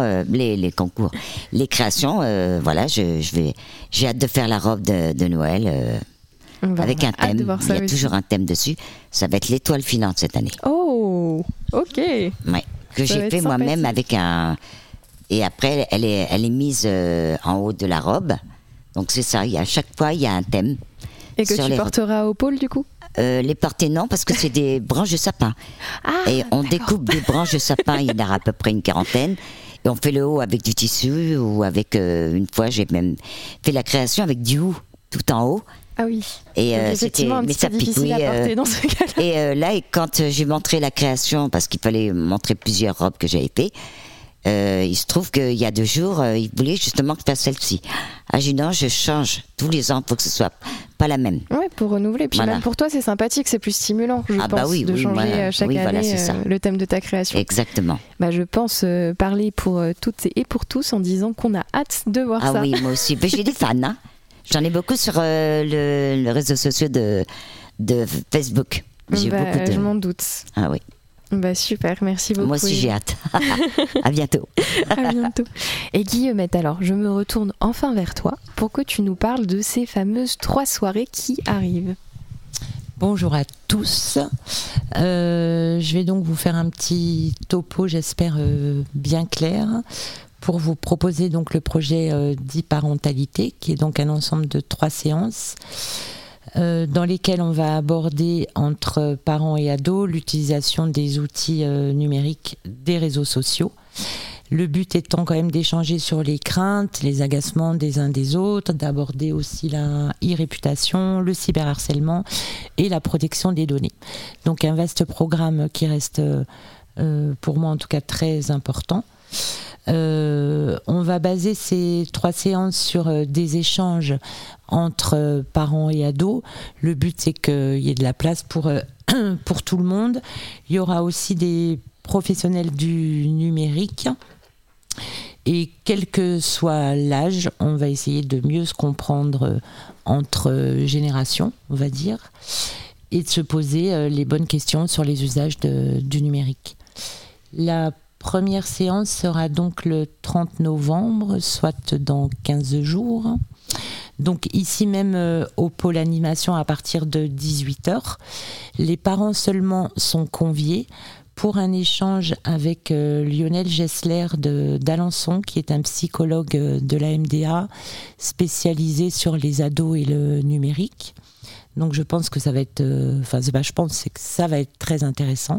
les créations, voilà, j'ai hâte de faire la robe de Noël avec un thème. Il y a toujours un thème dessus. Ça va être l'étoile filante cette année. Oh, ok. Ouais, que j'ai fait moi-même avec un. Et après, elle est mise en haut de la robe. Donc c'est ça, à chaque fois, il y a un thème. Et que tu porteras au pôle, du coup? Les porter, non, parce que c'est des branches de sapin. Et on découpe des branches de sapin, il y en a à peu près une 40aine. Et on fait le haut avec du tissu, ou avec, une fois, j'ai même fait la création avec du hou, tout en haut. Ah oui. Et c'était un petit peu difficile à porter dans ce cas-là. Et là, quand j'ai montré la création, parce qu'il fallait montrer plusieurs robes que j'avais fait, il se trouve qu'il y a 2 jours, il voulait justement que je fasse celle-ci. Ah, j'ai dit non, je change tous les ans pour que ce soit pas la même. Ouais, pour renouveler. Puis même pour toi, c'est sympathique, c'est plus stimulant, je pense, de changer chaque année le thème de ta création. Exactement. Je pense parler pour toutes et pour tous en disant qu'on a hâte de voir ça. Ah oui, moi aussi. J'ai des fans, hein. J'en ai beaucoup sur le réseau social de Facebook. J'ai beaucoup de... Je m'en doute. Ah oui. Super, merci beaucoup. Moi aussi j'ai hâte. À bientôt. À bientôt. Et Guillemette, alors je me retourne enfin vers toi pour que tu nous parles de ces fameuses 3 soirées qui arrivent. Bonjour à tous. Je vais donc vous faire un petit topo, j'espère bien clair, pour vous proposer donc le projet d'e-parentalité, qui est donc un ensemble de 3 séances. Dans lesquelles on va aborder entre parents et ados l'utilisation des outils numériques des réseaux sociaux. Le but étant quand même d'échanger sur les craintes, les agacements des uns des autres, d'aborder aussi la e-réputation, le cyberharcèlement et la protection des données. Donc un vaste programme qui reste pour moi en tout cas très important. On va baser ces 3 séances sur des échanges entre parents et ados. Le but, c'est qu'il y ait de la place pour tout le monde. Il y aura aussi des professionnels du numérique. Et quel que soit l'âge, on va essayer de mieux se comprendre entre générations, on va dire, et de se poser les bonnes questions sur les usages du numérique. La première séance sera donc le 30 novembre, soit dans 15 jours. Donc ici même au pôle animation à partir de 18h. Les parents seulement sont conviés pour un échange avec Lionel Gessler d'Alençon, qui est un psychologue de la MDA spécialisé sur les ados et le numérique. Donc je pense que ça va être, c'est que ça va être très intéressant.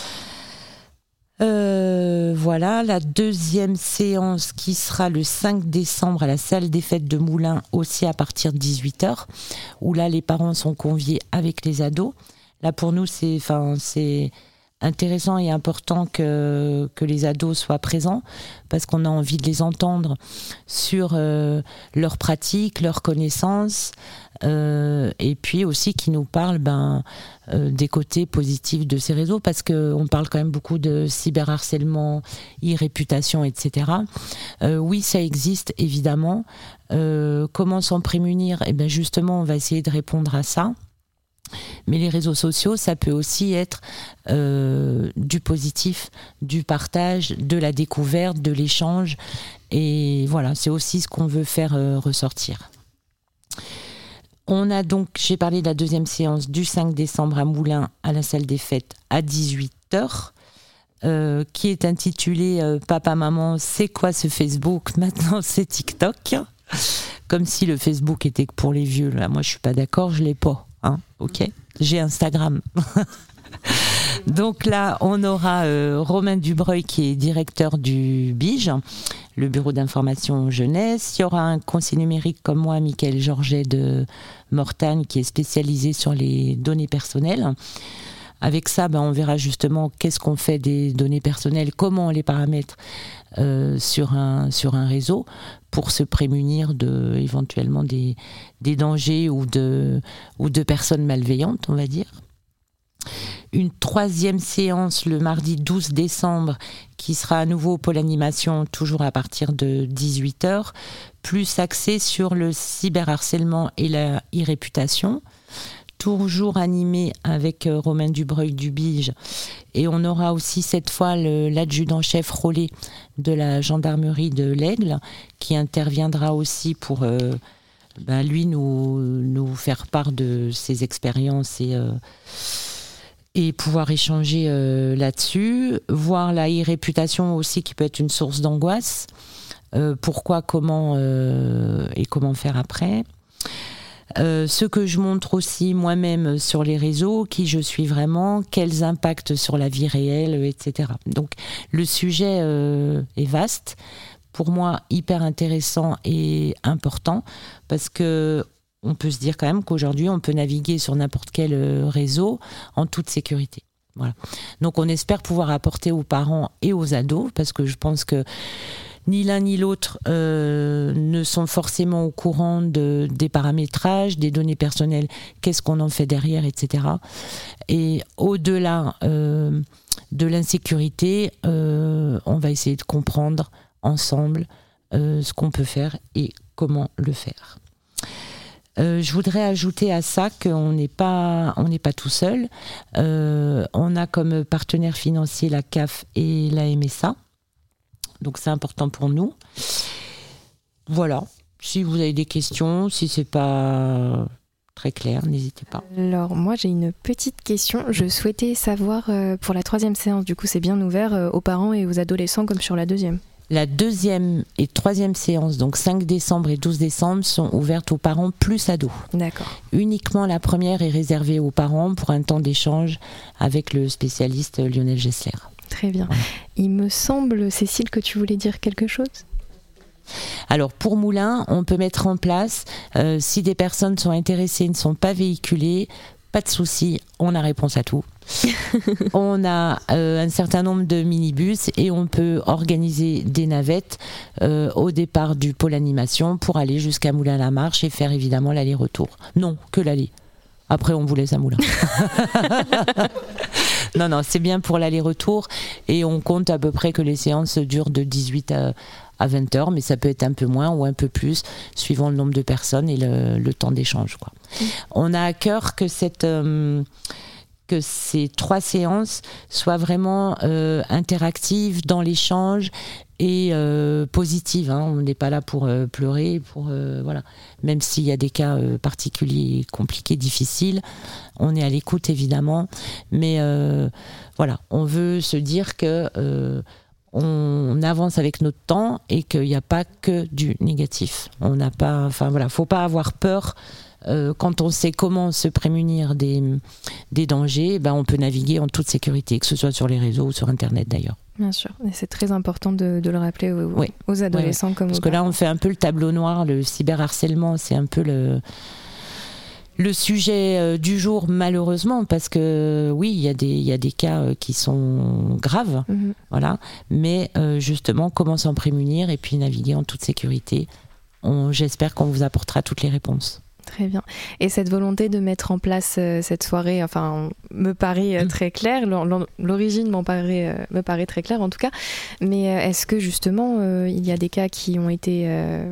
Voilà, la deuxième séance qui sera le 5 décembre à la salle des fêtes de Moulins, aussi à partir de 18h, où là les parents sont conviés avec les ados. Là pour nous c'est intéressant et important que les ados soient présents, parce qu'on a envie de les entendre sur leurs pratiques, leurs connaissances, et puis aussi qu'ils nous parlent des côtés positifs de ces réseaux, parce qu'on parle quand même beaucoup de cyberharcèlement, e-réputation, etc. Oui, ça existe évidemment. Comment s'en prémunir ? Eh bien justement, on va essayer de répondre à ça. Mais les réseaux sociaux, ça peut aussi être du positif, du partage, de la découverte, de l'échange. Et voilà, c'est aussi ce qu'on veut faire ressortir. On a donc, j'ai parlé de la deuxième séance du 5 décembre à Moulins, à la salle des fêtes, à 18h, qui est intitulée « Papa, maman, c'est quoi ce Facebook ? Maintenant, c'est TikTok ». Comme si le Facebook était que pour les vieux. Là, moi, je suis pas d'accord, je l'ai pas. Hein, ok, j'ai Instagram. Donc là, on aura Romain Dubreuil qui est directeur du BIGE, le bureau d'information jeunesse. Il y aura un conseiller numérique comme moi, Mickaël Georget de Mortagne, qui est spécialisé sur les données personnelles. Avec ça, on verra justement qu'est-ce qu'on fait des données personnelles, comment on les paramètre sur un réseau pour se prémunir éventuellement des dangers ou de personnes malveillantes, on va dire. Une troisième séance le mardi 12 décembre qui sera à nouveau au pôle animation, toujours à partir de 18h, plus axée sur le cyberharcèlement et la e-réputation. Toujours animé avec Romain Dubreuil du BIGE. Et on aura aussi cette fois l'adjudant-chef Rollet de la gendarmerie de l'Aigle qui interviendra aussi pour lui nous faire part de ses expériences et pouvoir échanger là-dessus. Voir la e-réputation aussi qui peut être une source d'angoisse. Pourquoi, comment et comment faire après. Ce que je montre aussi moi-même sur les réseaux, qui je suis vraiment, quels impacts sur la vie réelle, etc. Donc le sujet est vaste, pour moi hyper intéressant et important, parce que on peut se dire quand même qu'aujourd'hui on peut naviguer sur n'importe quel réseau en toute sécurité. Voilà. Donc on espère pouvoir apporter aux parents et aux ados, parce que je pense que ni l'un ni l'autre ne sont forcément au courant des paramétrages, des données personnelles, qu'est-ce qu'on en fait derrière, etc. Et au-delà de l'insécurité, on va essayer de comprendre ensemble ce qu'on peut faire et comment le faire. Je voudrais ajouter à ça qu'on n'est pas tout seul. On a comme partenaires financiers la CAF et la MSA. Donc c'est important pour nous. Voilà. Si vous avez des questions, si c'est pas très clair, n'hésitez pas. Alors moi j'ai une petite question. Je souhaitais savoir pour la 3e séance, du coup c'est bien ouvert aux parents et aux adolescents comme sur la 2e. La 2e et 3e séance, donc 5 décembre et 12 décembre, sont ouvertes aux parents plus ados. D'accord. Uniquement la première est réservée aux parents pour un temps d'échange avec le spécialiste Lionel Gessler. Très bien. Voilà. Il me semble, Cécile, que tu voulais dire quelque chose ? Alors pour Moulins, on peut mettre en place, si des personnes sont intéressées et ne sont pas véhiculées, pas de souci, on a réponse à tout. On a un certain nombre de minibus et on peut organiser des navettes au départ du pôle animation pour aller jusqu'à Moulins-la-Marche et faire évidemment l'aller-retour. Non, que l'aller. Après, on vous laisse à Moulins. Non, c'est bien pour l'aller-retour et on compte à peu près que les séances durent de 18 à 20 heures, mais ça peut être un peu moins ou un peu plus, suivant le nombre de personnes et le temps d'échange, quoi. On a à cœur que ces 3 séances soient vraiment interactives dans l'échange et positives. Hein. On n'est pas là pour pleurer, voilà. Même s'il y a des cas particuliers, compliqués, difficiles, on est à l'écoute évidemment. Mais voilà, on veut se dire que on avance avec notre temps et qu'il n'y a pas que du négatif. On n'a pas, enfin voilà, faut pas avoir peur. Quand on sait comment se prémunir des dangers, on peut naviguer en toute sécurité, que ce soit sur les réseaux ou sur Internet d'ailleurs. Bien sûr, et c'est très important de le rappeler aux adolescents comme parce que là on fait un peu le tableau noir, le cyberharcèlement, c'est un peu le sujet du jour malheureusement, parce que oui, il y a des cas qui sont graves, voilà, mais justement comment s'en prémunir et puis naviguer en toute sécurité. J'espère qu'on vous apportera toutes les réponses. Très bien. Et cette volonté de mettre en place cette soirée, me paraît très claire. L'origine me paraît très claire en tout cas. Mais est-ce que justement, il y a des cas qui ont été,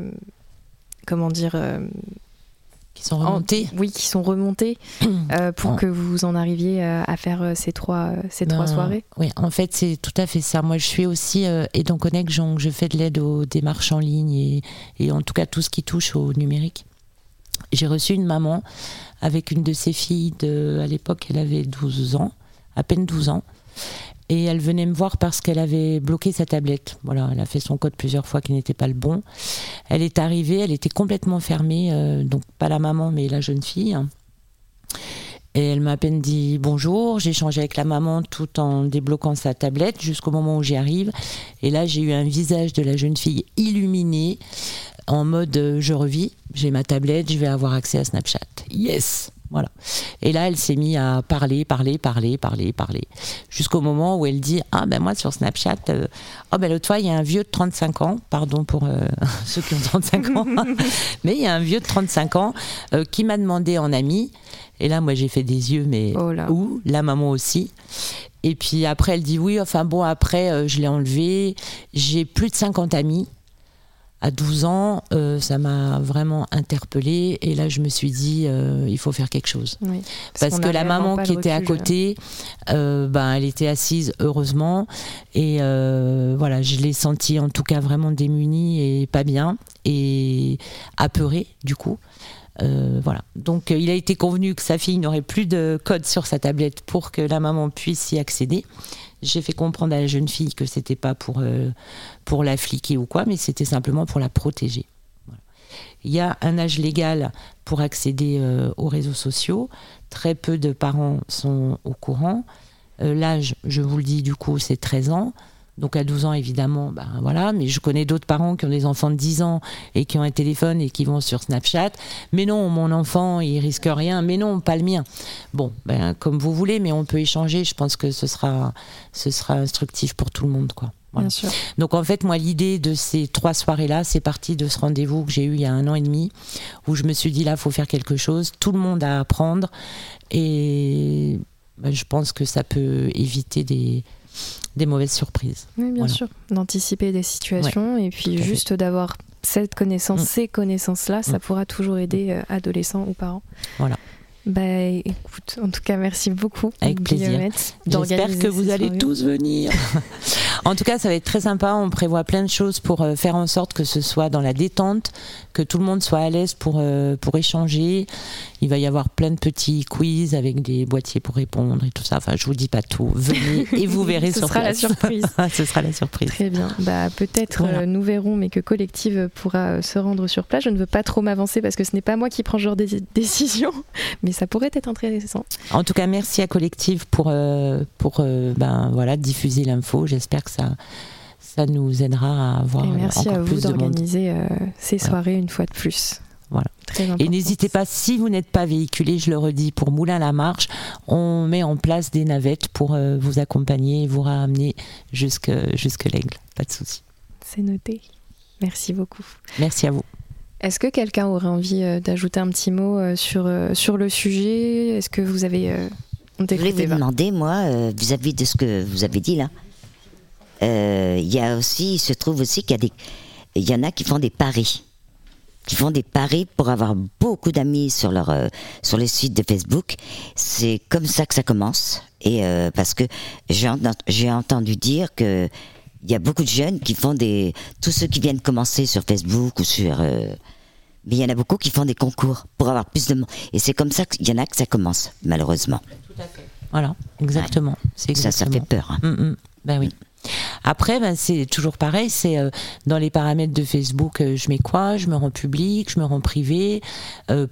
qui sont remontés. Qui sont remontés pour que vous en arriviez à faire ces trois soirées. Oui, en fait, c'est tout à fait ça. Moi, je suis aussi Aidant Connect, donc je fais de l'aide aux démarches en ligne et en tout cas tout ce qui touche au numérique. J'ai reçu une maman avec une de ses filles à l'époque, elle avait 12 ans, à peine 12 ans. Et elle venait me voir parce qu'elle avait bloqué sa tablette. Voilà, elle a fait son code plusieurs fois qui n'était pas le bon. Elle est arrivée, elle était complètement fermée, donc pas la maman mais la jeune fille. Et elle m'a à peine dit bonjour, j'ai échangé avec la maman tout en débloquant sa tablette jusqu'au moment où j'y arrive. Et là, j'ai eu un visage de la jeune fille illuminé, en mode je revis, j'ai ma tablette, je vais avoir accès à Snapchat. Yes! Voilà. Et là, elle s'est mise à parler, jusqu'au moment où elle dit moi sur Snapchat, l'autre fois, il y a un vieux de 35 ans, pardon pour ceux qui ont 35 ans, mais il y a un vieux de 35 ans qui m'a demandé en ami. Et là, moi, j'ai fait des yeux, mais où? La maman aussi. Et puis après, elle dit oui, après, je l'ai enlevé. J'ai plus de 50 amis. À 12 ans, ça m'a vraiment interpellée. Et là, je me suis dit, il faut faire quelque chose. Oui, parce que la maman qui était à côté, elle était assise, heureusement. Et voilà, je l'ai sentie en tout cas vraiment démunie et pas bien. Et apeurée, du coup. Voilà. Donc, il a été convenu que sa fille n'aurait plus de code sur sa tablette pour que la maman puisse y accéder. J'ai fait comprendre à la jeune fille que c'était pas pour la fliquer ou quoi, mais c'était simplement pour la protéger. Voilà. Il y a un âge légal pour accéder aux réseaux sociaux. Très peu de parents sont au courant. L'âge, je vous le dis, du coup, c'est 13 ans. Donc à 12 ans, évidemment, voilà. Mais je connais d'autres parents qui ont des enfants de 10 ans et qui ont un téléphone et qui vont sur Snapchat. Mais non, mon enfant, il risque rien. Mais non, pas le mien. Bon, comme vous voulez, mais on peut échanger. Je pense que ce sera instructif pour tout le monde, quoi. Voilà. Bien sûr. Donc en fait, moi, l'idée de ces 3 soirées-là, c'est parti de ce rendez-vous que j'ai eu il y a 1 an et demi, où je me suis dit, là, il faut faire quelque chose. Tout le monde a à apprendre. Et je pense que ça peut éviter des mauvaises surprises. Oui, bien sûr. D'anticiper des situations et puis juste d'avoir cette connaissance, ces connaissances-là, ça pourra toujours aider adolescents ou parents. Voilà. Écoute, en tout cas, merci beaucoup. Avec plaisir. Guillemette, J'espère que vous allez tous venir. En tout cas, ça va être très sympa. On prévoit plein de choses pour faire en sorte que ce soit dans la détente, que tout le monde soit à l'aise pour échanger. Il va y avoir plein de petits quiz avec des boîtiers pour répondre et tout ça. Enfin, je vous dis pas tout. Venez et vous verrez sur place. Ce sera la surprise. Ce sera la surprise. Très bien. Peut-être nous verrons, mais que Collective pourra se rendre sur place. Je ne veux pas trop m'avancer parce que ce n'est pas moi qui prends ce genre de décision, mais ça pourrait être intéressant. En tout cas, merci à Collective pour diffuser l'info. J'espère que ça nous aidera à avoir encore plus de monde. Merci à vous d'organiser ces soirées une fois de plus. Voilà. Et n'hésitez pas, si vous n'êtes pas véhiculé, je le redis, pour Moulins-la-Marche, on met en place des navettes pour vous accompagner et vous ramener jusque l'Aigle. Pas de souci. C'est noté. Merci beaucoup. Merci à vous. Est-ce que quelqu'un aurait envie d'ajouter un petit mot sur le sujet ? Est-ce que vous avez... Je voulais vous demander, moi, vis-à-vis de ce que vous avez dit là, il se trouve aussi qu'il y en a qui font des paris. Qui font des paris pour avoir beaucoup d'amis sur les sites de Facebook. C'est comme ça que ça commence. Et parce que j'ai entendu dire que il y a beaucoup de jeunes qui font tous ceux qui viennent commencer sur Facebook ou sur mais il y en a beaucoup qui font des concours pour avoir plus de monde. Et c'est comme ça qu'il y en a que ça commence, malheureusement. Tout à fait. Voilà, exactement. Ouais. C'est exactement. Ça fait peur. Hein. Ben oui. Après, c'est toujours pareil, c'est dans les paramètres de Facebook, je mets quoi ? Je me rends public, je me rends privé, pourquoi ?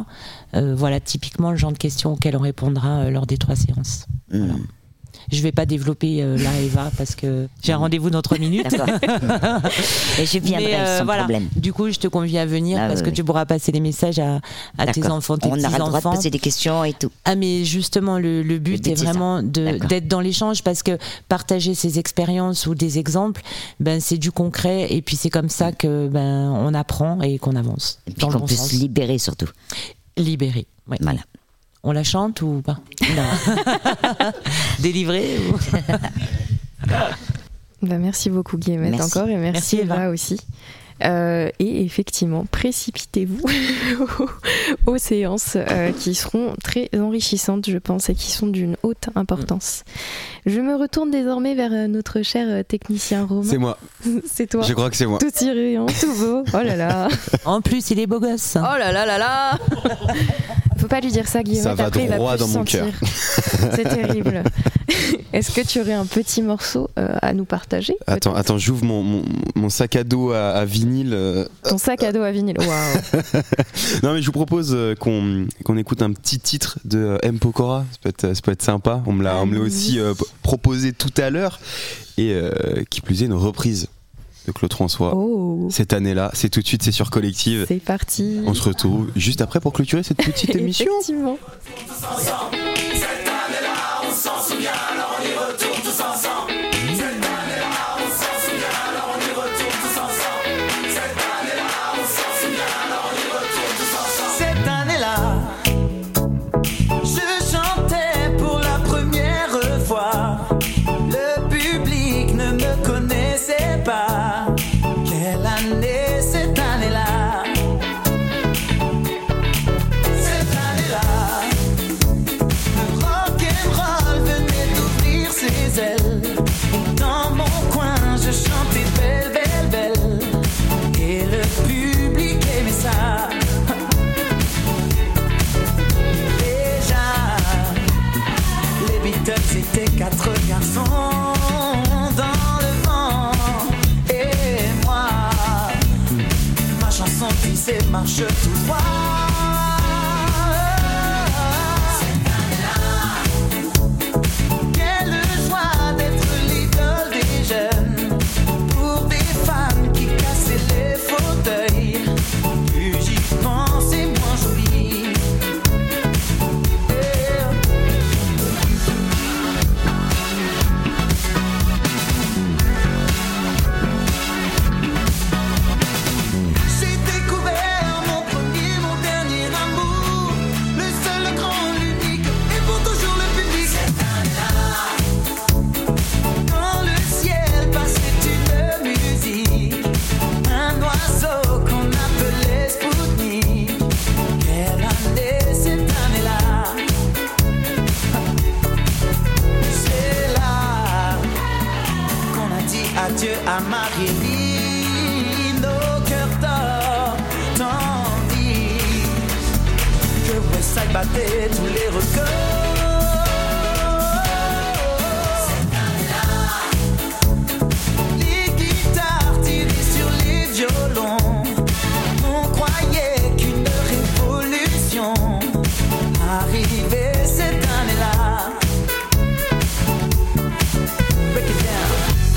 Voilà, typiquement le genre de questions auxquelles on répondra lors des 3 séances. Voilà. Je vais pas développer là, Eva, parce que j'ai un rendez-vous dans 3 minutes. Et je viendrai sans problème. Du coup, je te convie à venir parce que tu pourras passer les messages à tes enfants, tes petits-enfants. On aura le droit de poser des questions et tout. Ah, mais justement, le but est vraiment d'être dans l'échange, parce que partager ses expériences ou des exemples, c'est du concret, et puis c'est comme ça que on apprend et qu'on avance. Et puis qu'on peut se libérer surtout. Libérer, oui. Voilà. On la chante ou pas ? Non. Délivrée ou... Merci beaucoup Guillemette encore, et merci Eva aussi. Et effectivement, précipitez-vous aux séances qui seront très enrichissantes, je pense, et qui sont d'une haute importance. Je me retourne désormais vers notre cher technicien Romain. C'est moi. C'est toi. Je crois que c'est moi. Tout souriant, tout beau. Oh là là. En plus, il est beau gosse. Oh là là là là. Faut pas lui dire ça, Guillemette. Ça va après, droit il va plus dans mon cœur. C'est terrible. Est-ce que tu aurais un petit morceau à nous partager ? Attends, j'ouvre mon sac à dos à vinyle. Ton sac à dos à vinyle, waouh. Non, mais je vous propose qu'on écoute un petit titre de M. Pokora. Ça peut être sympa. On me l'a aussi proposé tout à l'heure. Et qui plus est, une reprise de Claude François. Cette année-là, c'est tout de suite, c'est sur Collective. C'est parti. On se retrouve juste après pour clôturer cette petite émission. Effectivement. Cette année-là, on s'en souvient, alors on y retourne tous ensemble. Cette année-là, on s'en souvient, alors on y retourne tous ensemble. Cette année-là, on s'en souvient, alors on y retourne tous ensemble. Cette année-là, je chantais pour la première fois. Le public ne me connaissait pas. Quelle année, cette année-là. Cette année-là, le rock'n'roll venait d'ouvrir ses ailes. Dans mon coin, je chantais belle, belle, belle. Et le public aimait ça. Déjà, les Beatles étaient 4 garçons dans le vent. Et moi, ma chanson qui marche tout droit. Quelle joie d'être l'idole des jeunes. Pour des femmes qui cassaient les fauteuils. Plus j'y pense et moins j'oublie. J'ai découvert mon premier, mon dernier à Marie, nos cœurs d'or, tandis que Westside battait tous les records. Les guitares tirées sur les violons, on croyait qu'une révolution arrivait cette année-là. Break it down.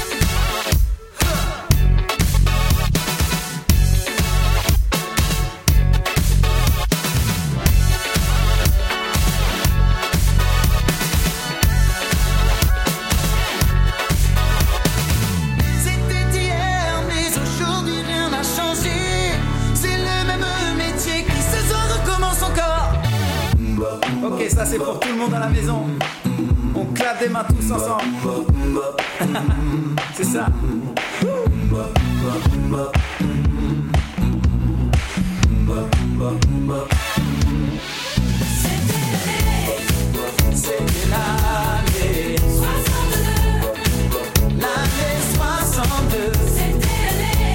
C'était hier, mais aujourd'hui rien n'a changé. C'est le même métier qui ce soir recommence encore. Ok, ça c'est pour tout le monde à la maison. On clappe des mains tous ensemble. C'est ça. C'était l'année 62. L'année 62. C'était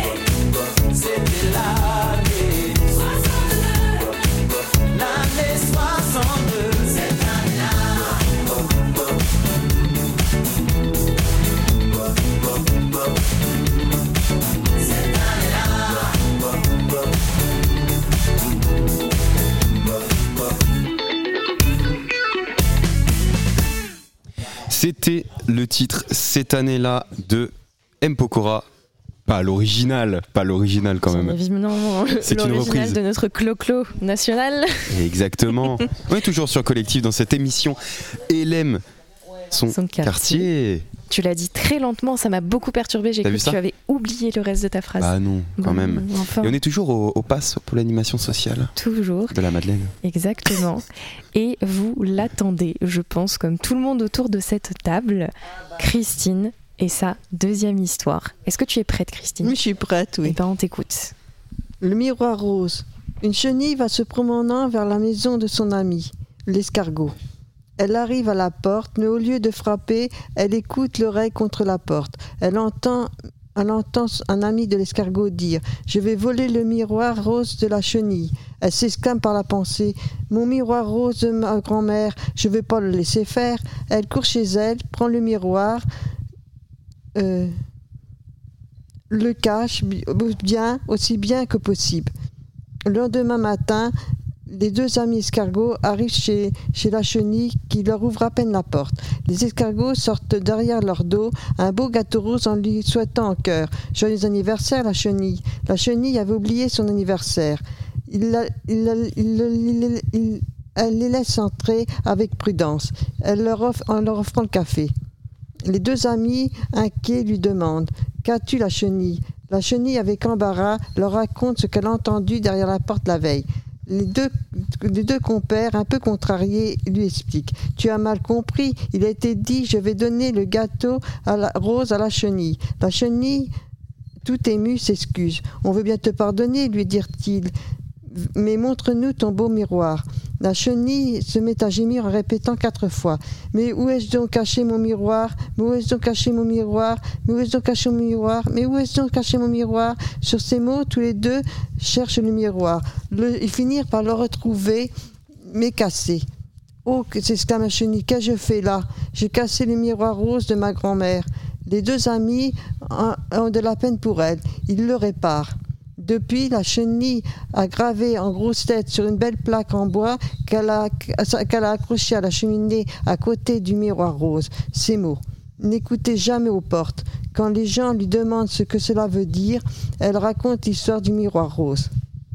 l'année 62. L'année 62. Cette année-là. Cette année-là. C'était le titre cette année-là de M. Pokora. Pas l'original quand même. Évidemment, C'est une l'original reprise. de notre Clo-Clo national. Exactement. On est toujours sur Collectif dans cette émission LM son quartier. Tu l'as dit très lentement, ça m'a beaucoup perturbé. J'ai T'as cru vu que ça tu avais oublié le reste de ta phrase. Bah non, quand Bon, même. enfin. Et on est toujours au PASS pour l'animation sociale. Toujours. De la Madeleine. Exactement. Et vous l'attendez, je pense, comme tout le monde autour de cette table, Christine et sa deuxième histoire. Est-ce que tu es prête, Christine? Oui, je suis prête, oui. Eh ben, on t'écoute. Le miroir rose. Une chenille va se promenant vers la maison de son ami, l'escargot. Elle arrive à la porte, mais au lieu de frapper, elle écoute l'oreille contre la porte. Elle entend un ami de l'escargot dire « Je vais voler le miroir rose de la chenille ». Elle s'exclame par la pensée « Mon miroir rose de ma grand-mère, je ne vais pas le laisser faire ». Elle court chez elle, prend le miroir, le cache bien, aussi bien que possible. Le lendemain matin, les deux amis escargots arrivent chez la chenille qui leur ouvre à peine la porte. Les escargots sortent derrière leur dos un beau gâteau rose en lui souhaitant en cœur « Joyeux anniversaire, la chenille ». La chenille avait oublié son anniversaire. Elle les laisse entrer avec prudence, en leur offrant le café. Les deux amis, inquiets, lui demandent « Qu'as-tu, la chenille ?» La chenille, avec embarras, leur raconte ce qu'elle a entendu derrière la porte la veille. Les deux compères, un peu contrariés, lui expliquent « Tu as mal compris, il a été dit, je vais donner le gâteau rose à la chenille. » La chenille, tout émue, s'excuse. « On veut bien te pardonner, lui dirent-ils, mais montre-nous ton beau miroir. » La chenille se met à gémir en répétant 4 fois. « Mais où est-ce donc caché mon miroir? Mais où est-ce donc caché mon miroir? Mais où est-ce donc caché mon miroir? Mais où est-ce donc caché mon miroir ?» Sur ces mots, tous les deux cherchent le miroir. Ils finirent par le retrouver, mais cassé. « Oh !» s'exclame la chenille, « qu'ai-je fait là? J'ai cassé le miroir rose de ma grand-mère. » Les deux amis ont de la peine pour elle. Ils le réparent. Depuis, la chenille a gravé en grosse tête sur une belle plaque en bois qu'elle a accrochée à la cheminée à côté du miroir rose ces mots. N'écoutez jamais aux portes. Quand les gens lui demandent ce que cela veut dire, elle raconte l'histoire du miroir rose.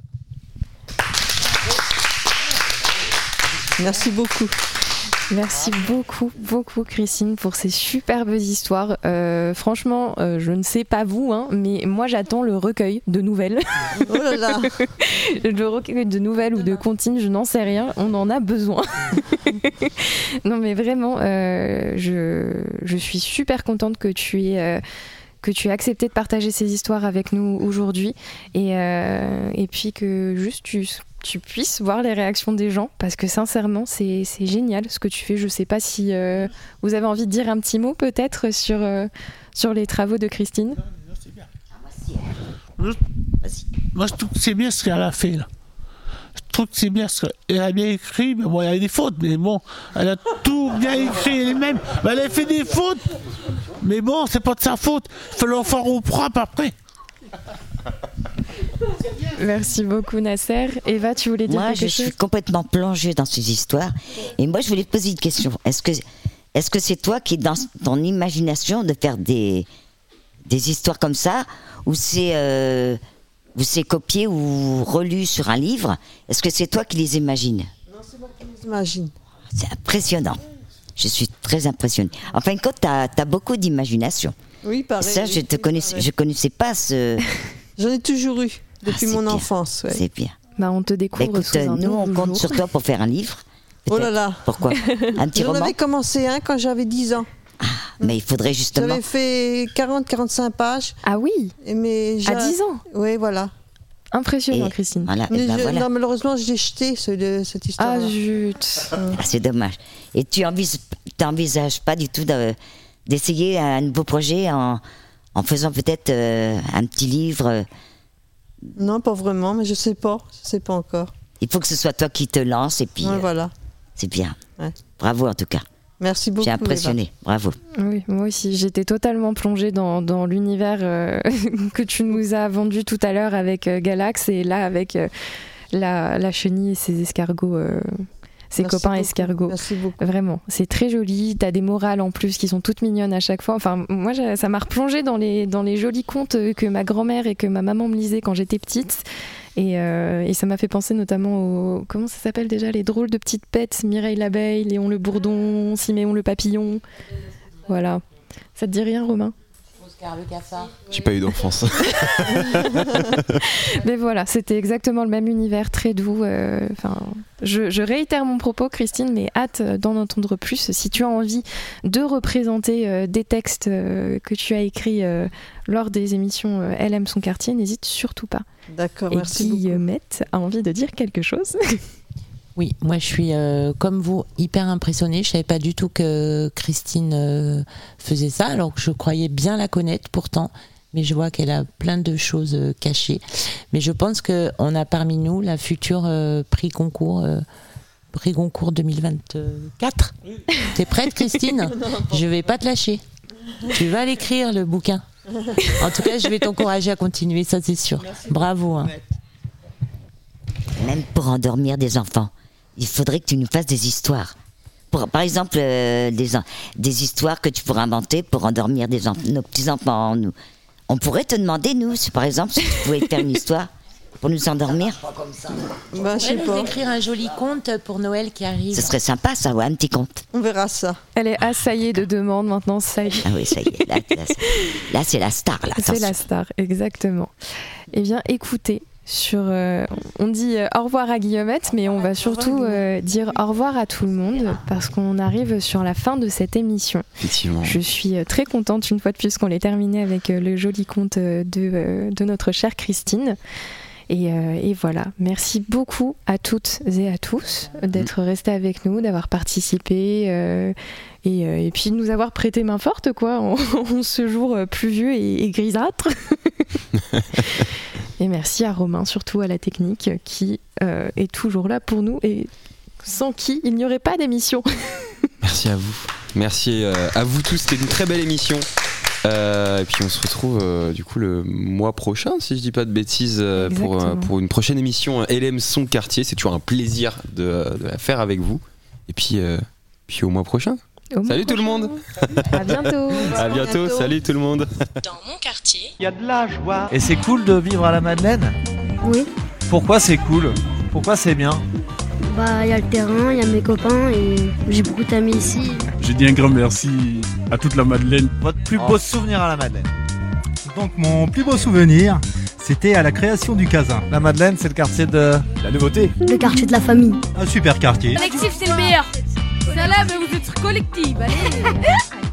Merci beaucoup. Merci beaucoup Christine pour ces superbes histoires. Franchement, je ne sais pas vous, mais moi j'attends le recueil de nouvelles. Oh là là. Le recueil de nouvelles ou de comptines, je n'en sais rien. On en a besoin. Non mais vraiment, je suis super contente que tu aies accepté de partager ces histoires avec nous aujourd'hui et puis que juste tu puisses voir les réactions des gens parce que sincèrement c'est génial ce que tu fais. Je sais pas si vous avez envie de dire un petit mot peut-être sur les travaux de Christine. Moi, je trouve que c'est bien ce qu'elle a fait, là. Je trouve que c'est bien ce qu'elle a bien écrit, mais bon, il y a des fautes, mais bon, elle a tout bien écrit elle-même. Mais elle a fait des fautes, mais bon, c'est pas de sa faute. Il faut le faire au propre après. Merci beaucoup Nasser. Eva, tu voulais dire quelque chose ? Moi, je suis complètement plongée dans ces histoires. Et moi, je voulais te poser une question. Est-ce que c'est toi qui, dans ton imagination, de faire des histoires comme ça, ou c'est copié ou relu sur un livre ? Est-ce que c'est toi qui les imagines ? Non, c'est moi qui les imagine. C'est impressionnant. Je suis très impressionnée. En fin de compte, tu as beaucoup d'imagination. Oui, pareil. Ça, je connaissais pas ce... J'en ai toujours eu, depuis mon enfance. Ouais. C'est bien. Bah, on te découvre. Écoute, nous, on compte sur toi pour faire un livre. Oh là là. Pourquoi ? Un petit roman ? J'en avais commencé un quand j'avais 10 ans. Mais il faudrait justement... J'avais fait 40-45 pages. Ah oui ? Mais à 10 ans ? Oui, voilà. Impressionnant, Christine. Voilà, voilà. Non, malheureusement, j'ai jeté cette histoire. Ah, zut. C'est dommage. Et tu n'envisages pas du tout d'essayer un nouveau projet en faisant peut-être un petit livre Non, pas vraiment, mais je sais pas encore. Il faut que ce soit toi qui te lance et puis voilà. C'est bien. Ouais. Bravo en tout cas. Merci beaucoup. J'ai impressionné. Eva. Bravo. Oui, moi aussi, j'étais totalement plongée dans l'univers que tu nous as vendu tout à l'heure avec Galax et là avec la chenille et ses escargots. Ses copains escargots. Merci beaucoup. Vraiment, c'est très joli. T'as des morales en plus qui sont toutes mignonnes à chaque fois. Enfin, moi, ça m'a replongée dans les jolis contes que ma grand-mère et que ma maman me lisaient quand j'étais petite. Et ça m'a fait penser notamment aux... Comment ça s'appelle déjà ? Les drôles de petites bêtes. Mireille l'abeille, Léon le bourdon, Siméon le papillon. Voilà. Ça te dit rien, Romain ? Oscar le cafard. J'ai pas eu d'enfance. Mais voilà, c'était exactement le même univers, très doux. Je réitère mon propos, Christine, mais hâte d'en entendre plus. Si tu as envie de représenter des textes que tu as écrits lors des émissions Elle aime son quartier, n'hésite surtout pas. D'accord, merci beaucoup. Guillemette a envie de dire quelque chose. Oui, moi je suis comme vous hyper impressionnée. Je savais pas du tout que Christine faisait ça, alors que je croyais bien la connaître pourtant. Mais je vois qu'elle a plein de choses cachées. Mais je pense qu'on a parmi nous la future prix Goncourt 2024. T'es prête, Christine ? Je vais pas te lâcher. Tu vas l'écrire, le bouquin. En tout cas, je vais t'encourager à continuer, ça c'est sûr. Bravo. Hein. Même pour endormir des enfants, il faudrait que tu nous fasses des histoires. Par exemple, des histoires que tu pourrais inventer pour endormir nos petits-enfants. On pourrait te demander, nous, par exemple, si tu pouvais faire une histoire pour nous endormir. Bah, je sais pas. Nous écrire un joli conte pour Noël qui arrive. Ce serait sympa, ça, ouais, un petit conte. On verra ça. Elle est assaillée de demandes maintenant, ça y est. Ah oui, ça y est. Là c'est la star. Là, c'est la star, exactement. Eh bien, écoutez, on dit au revoir à Guillemette, mais on va surtout dire au revoir à tout le monde parce qu'on arrive sur la fin de cette émission. Effectivement. Je suis très contente une fois de plus qu'on l'ait terminé avec le joli conte de notre chère Christine. Et voilà, merci beaucoup à toutes et à tous d'être restés avec nous, d'avoir participé et puis de nous avoir prêté main forte quoi, en ce jour pluvieux et grisâtre. Et merci à Romain, surtout à la technique, qui est toujours là pour nous et sans qui il n'y aurait pas d'émission. Merci à vous. Merci à vous tous, c'était une très belle émission. Et puis on se retrouve du coup le mois prochain, si je dis pas de bêtises, pour une prochaine émission LM Son Quartier. C'est toujours un plaisir de la faire avec vous. Et puis au mois prochain. Salut tout le monde. À bientôt. À bientôt. Salut tout le monde. Dans mon quartier, il y a de la joie. Et c'est cool de vivre à la Madeleine ? Oui. Pourquoi c'est cool ? Pourquoi c'est bien ? Bah, il y a le terrain, il y a mes copains et j'ai beaucoup d'amis ici. Je dis un grand merci à toute la Madeleine. Votre plus beau souvenir à la Madeleine ? Donc mon plus beau souvenir, c'était à la création du Casin. La Madeleine, c'est le quartier de la nouveauté. Le quartier de la famille. Un super quartier. Collectif, c'est le meilleur. Salam, vous êtes collectif, allez.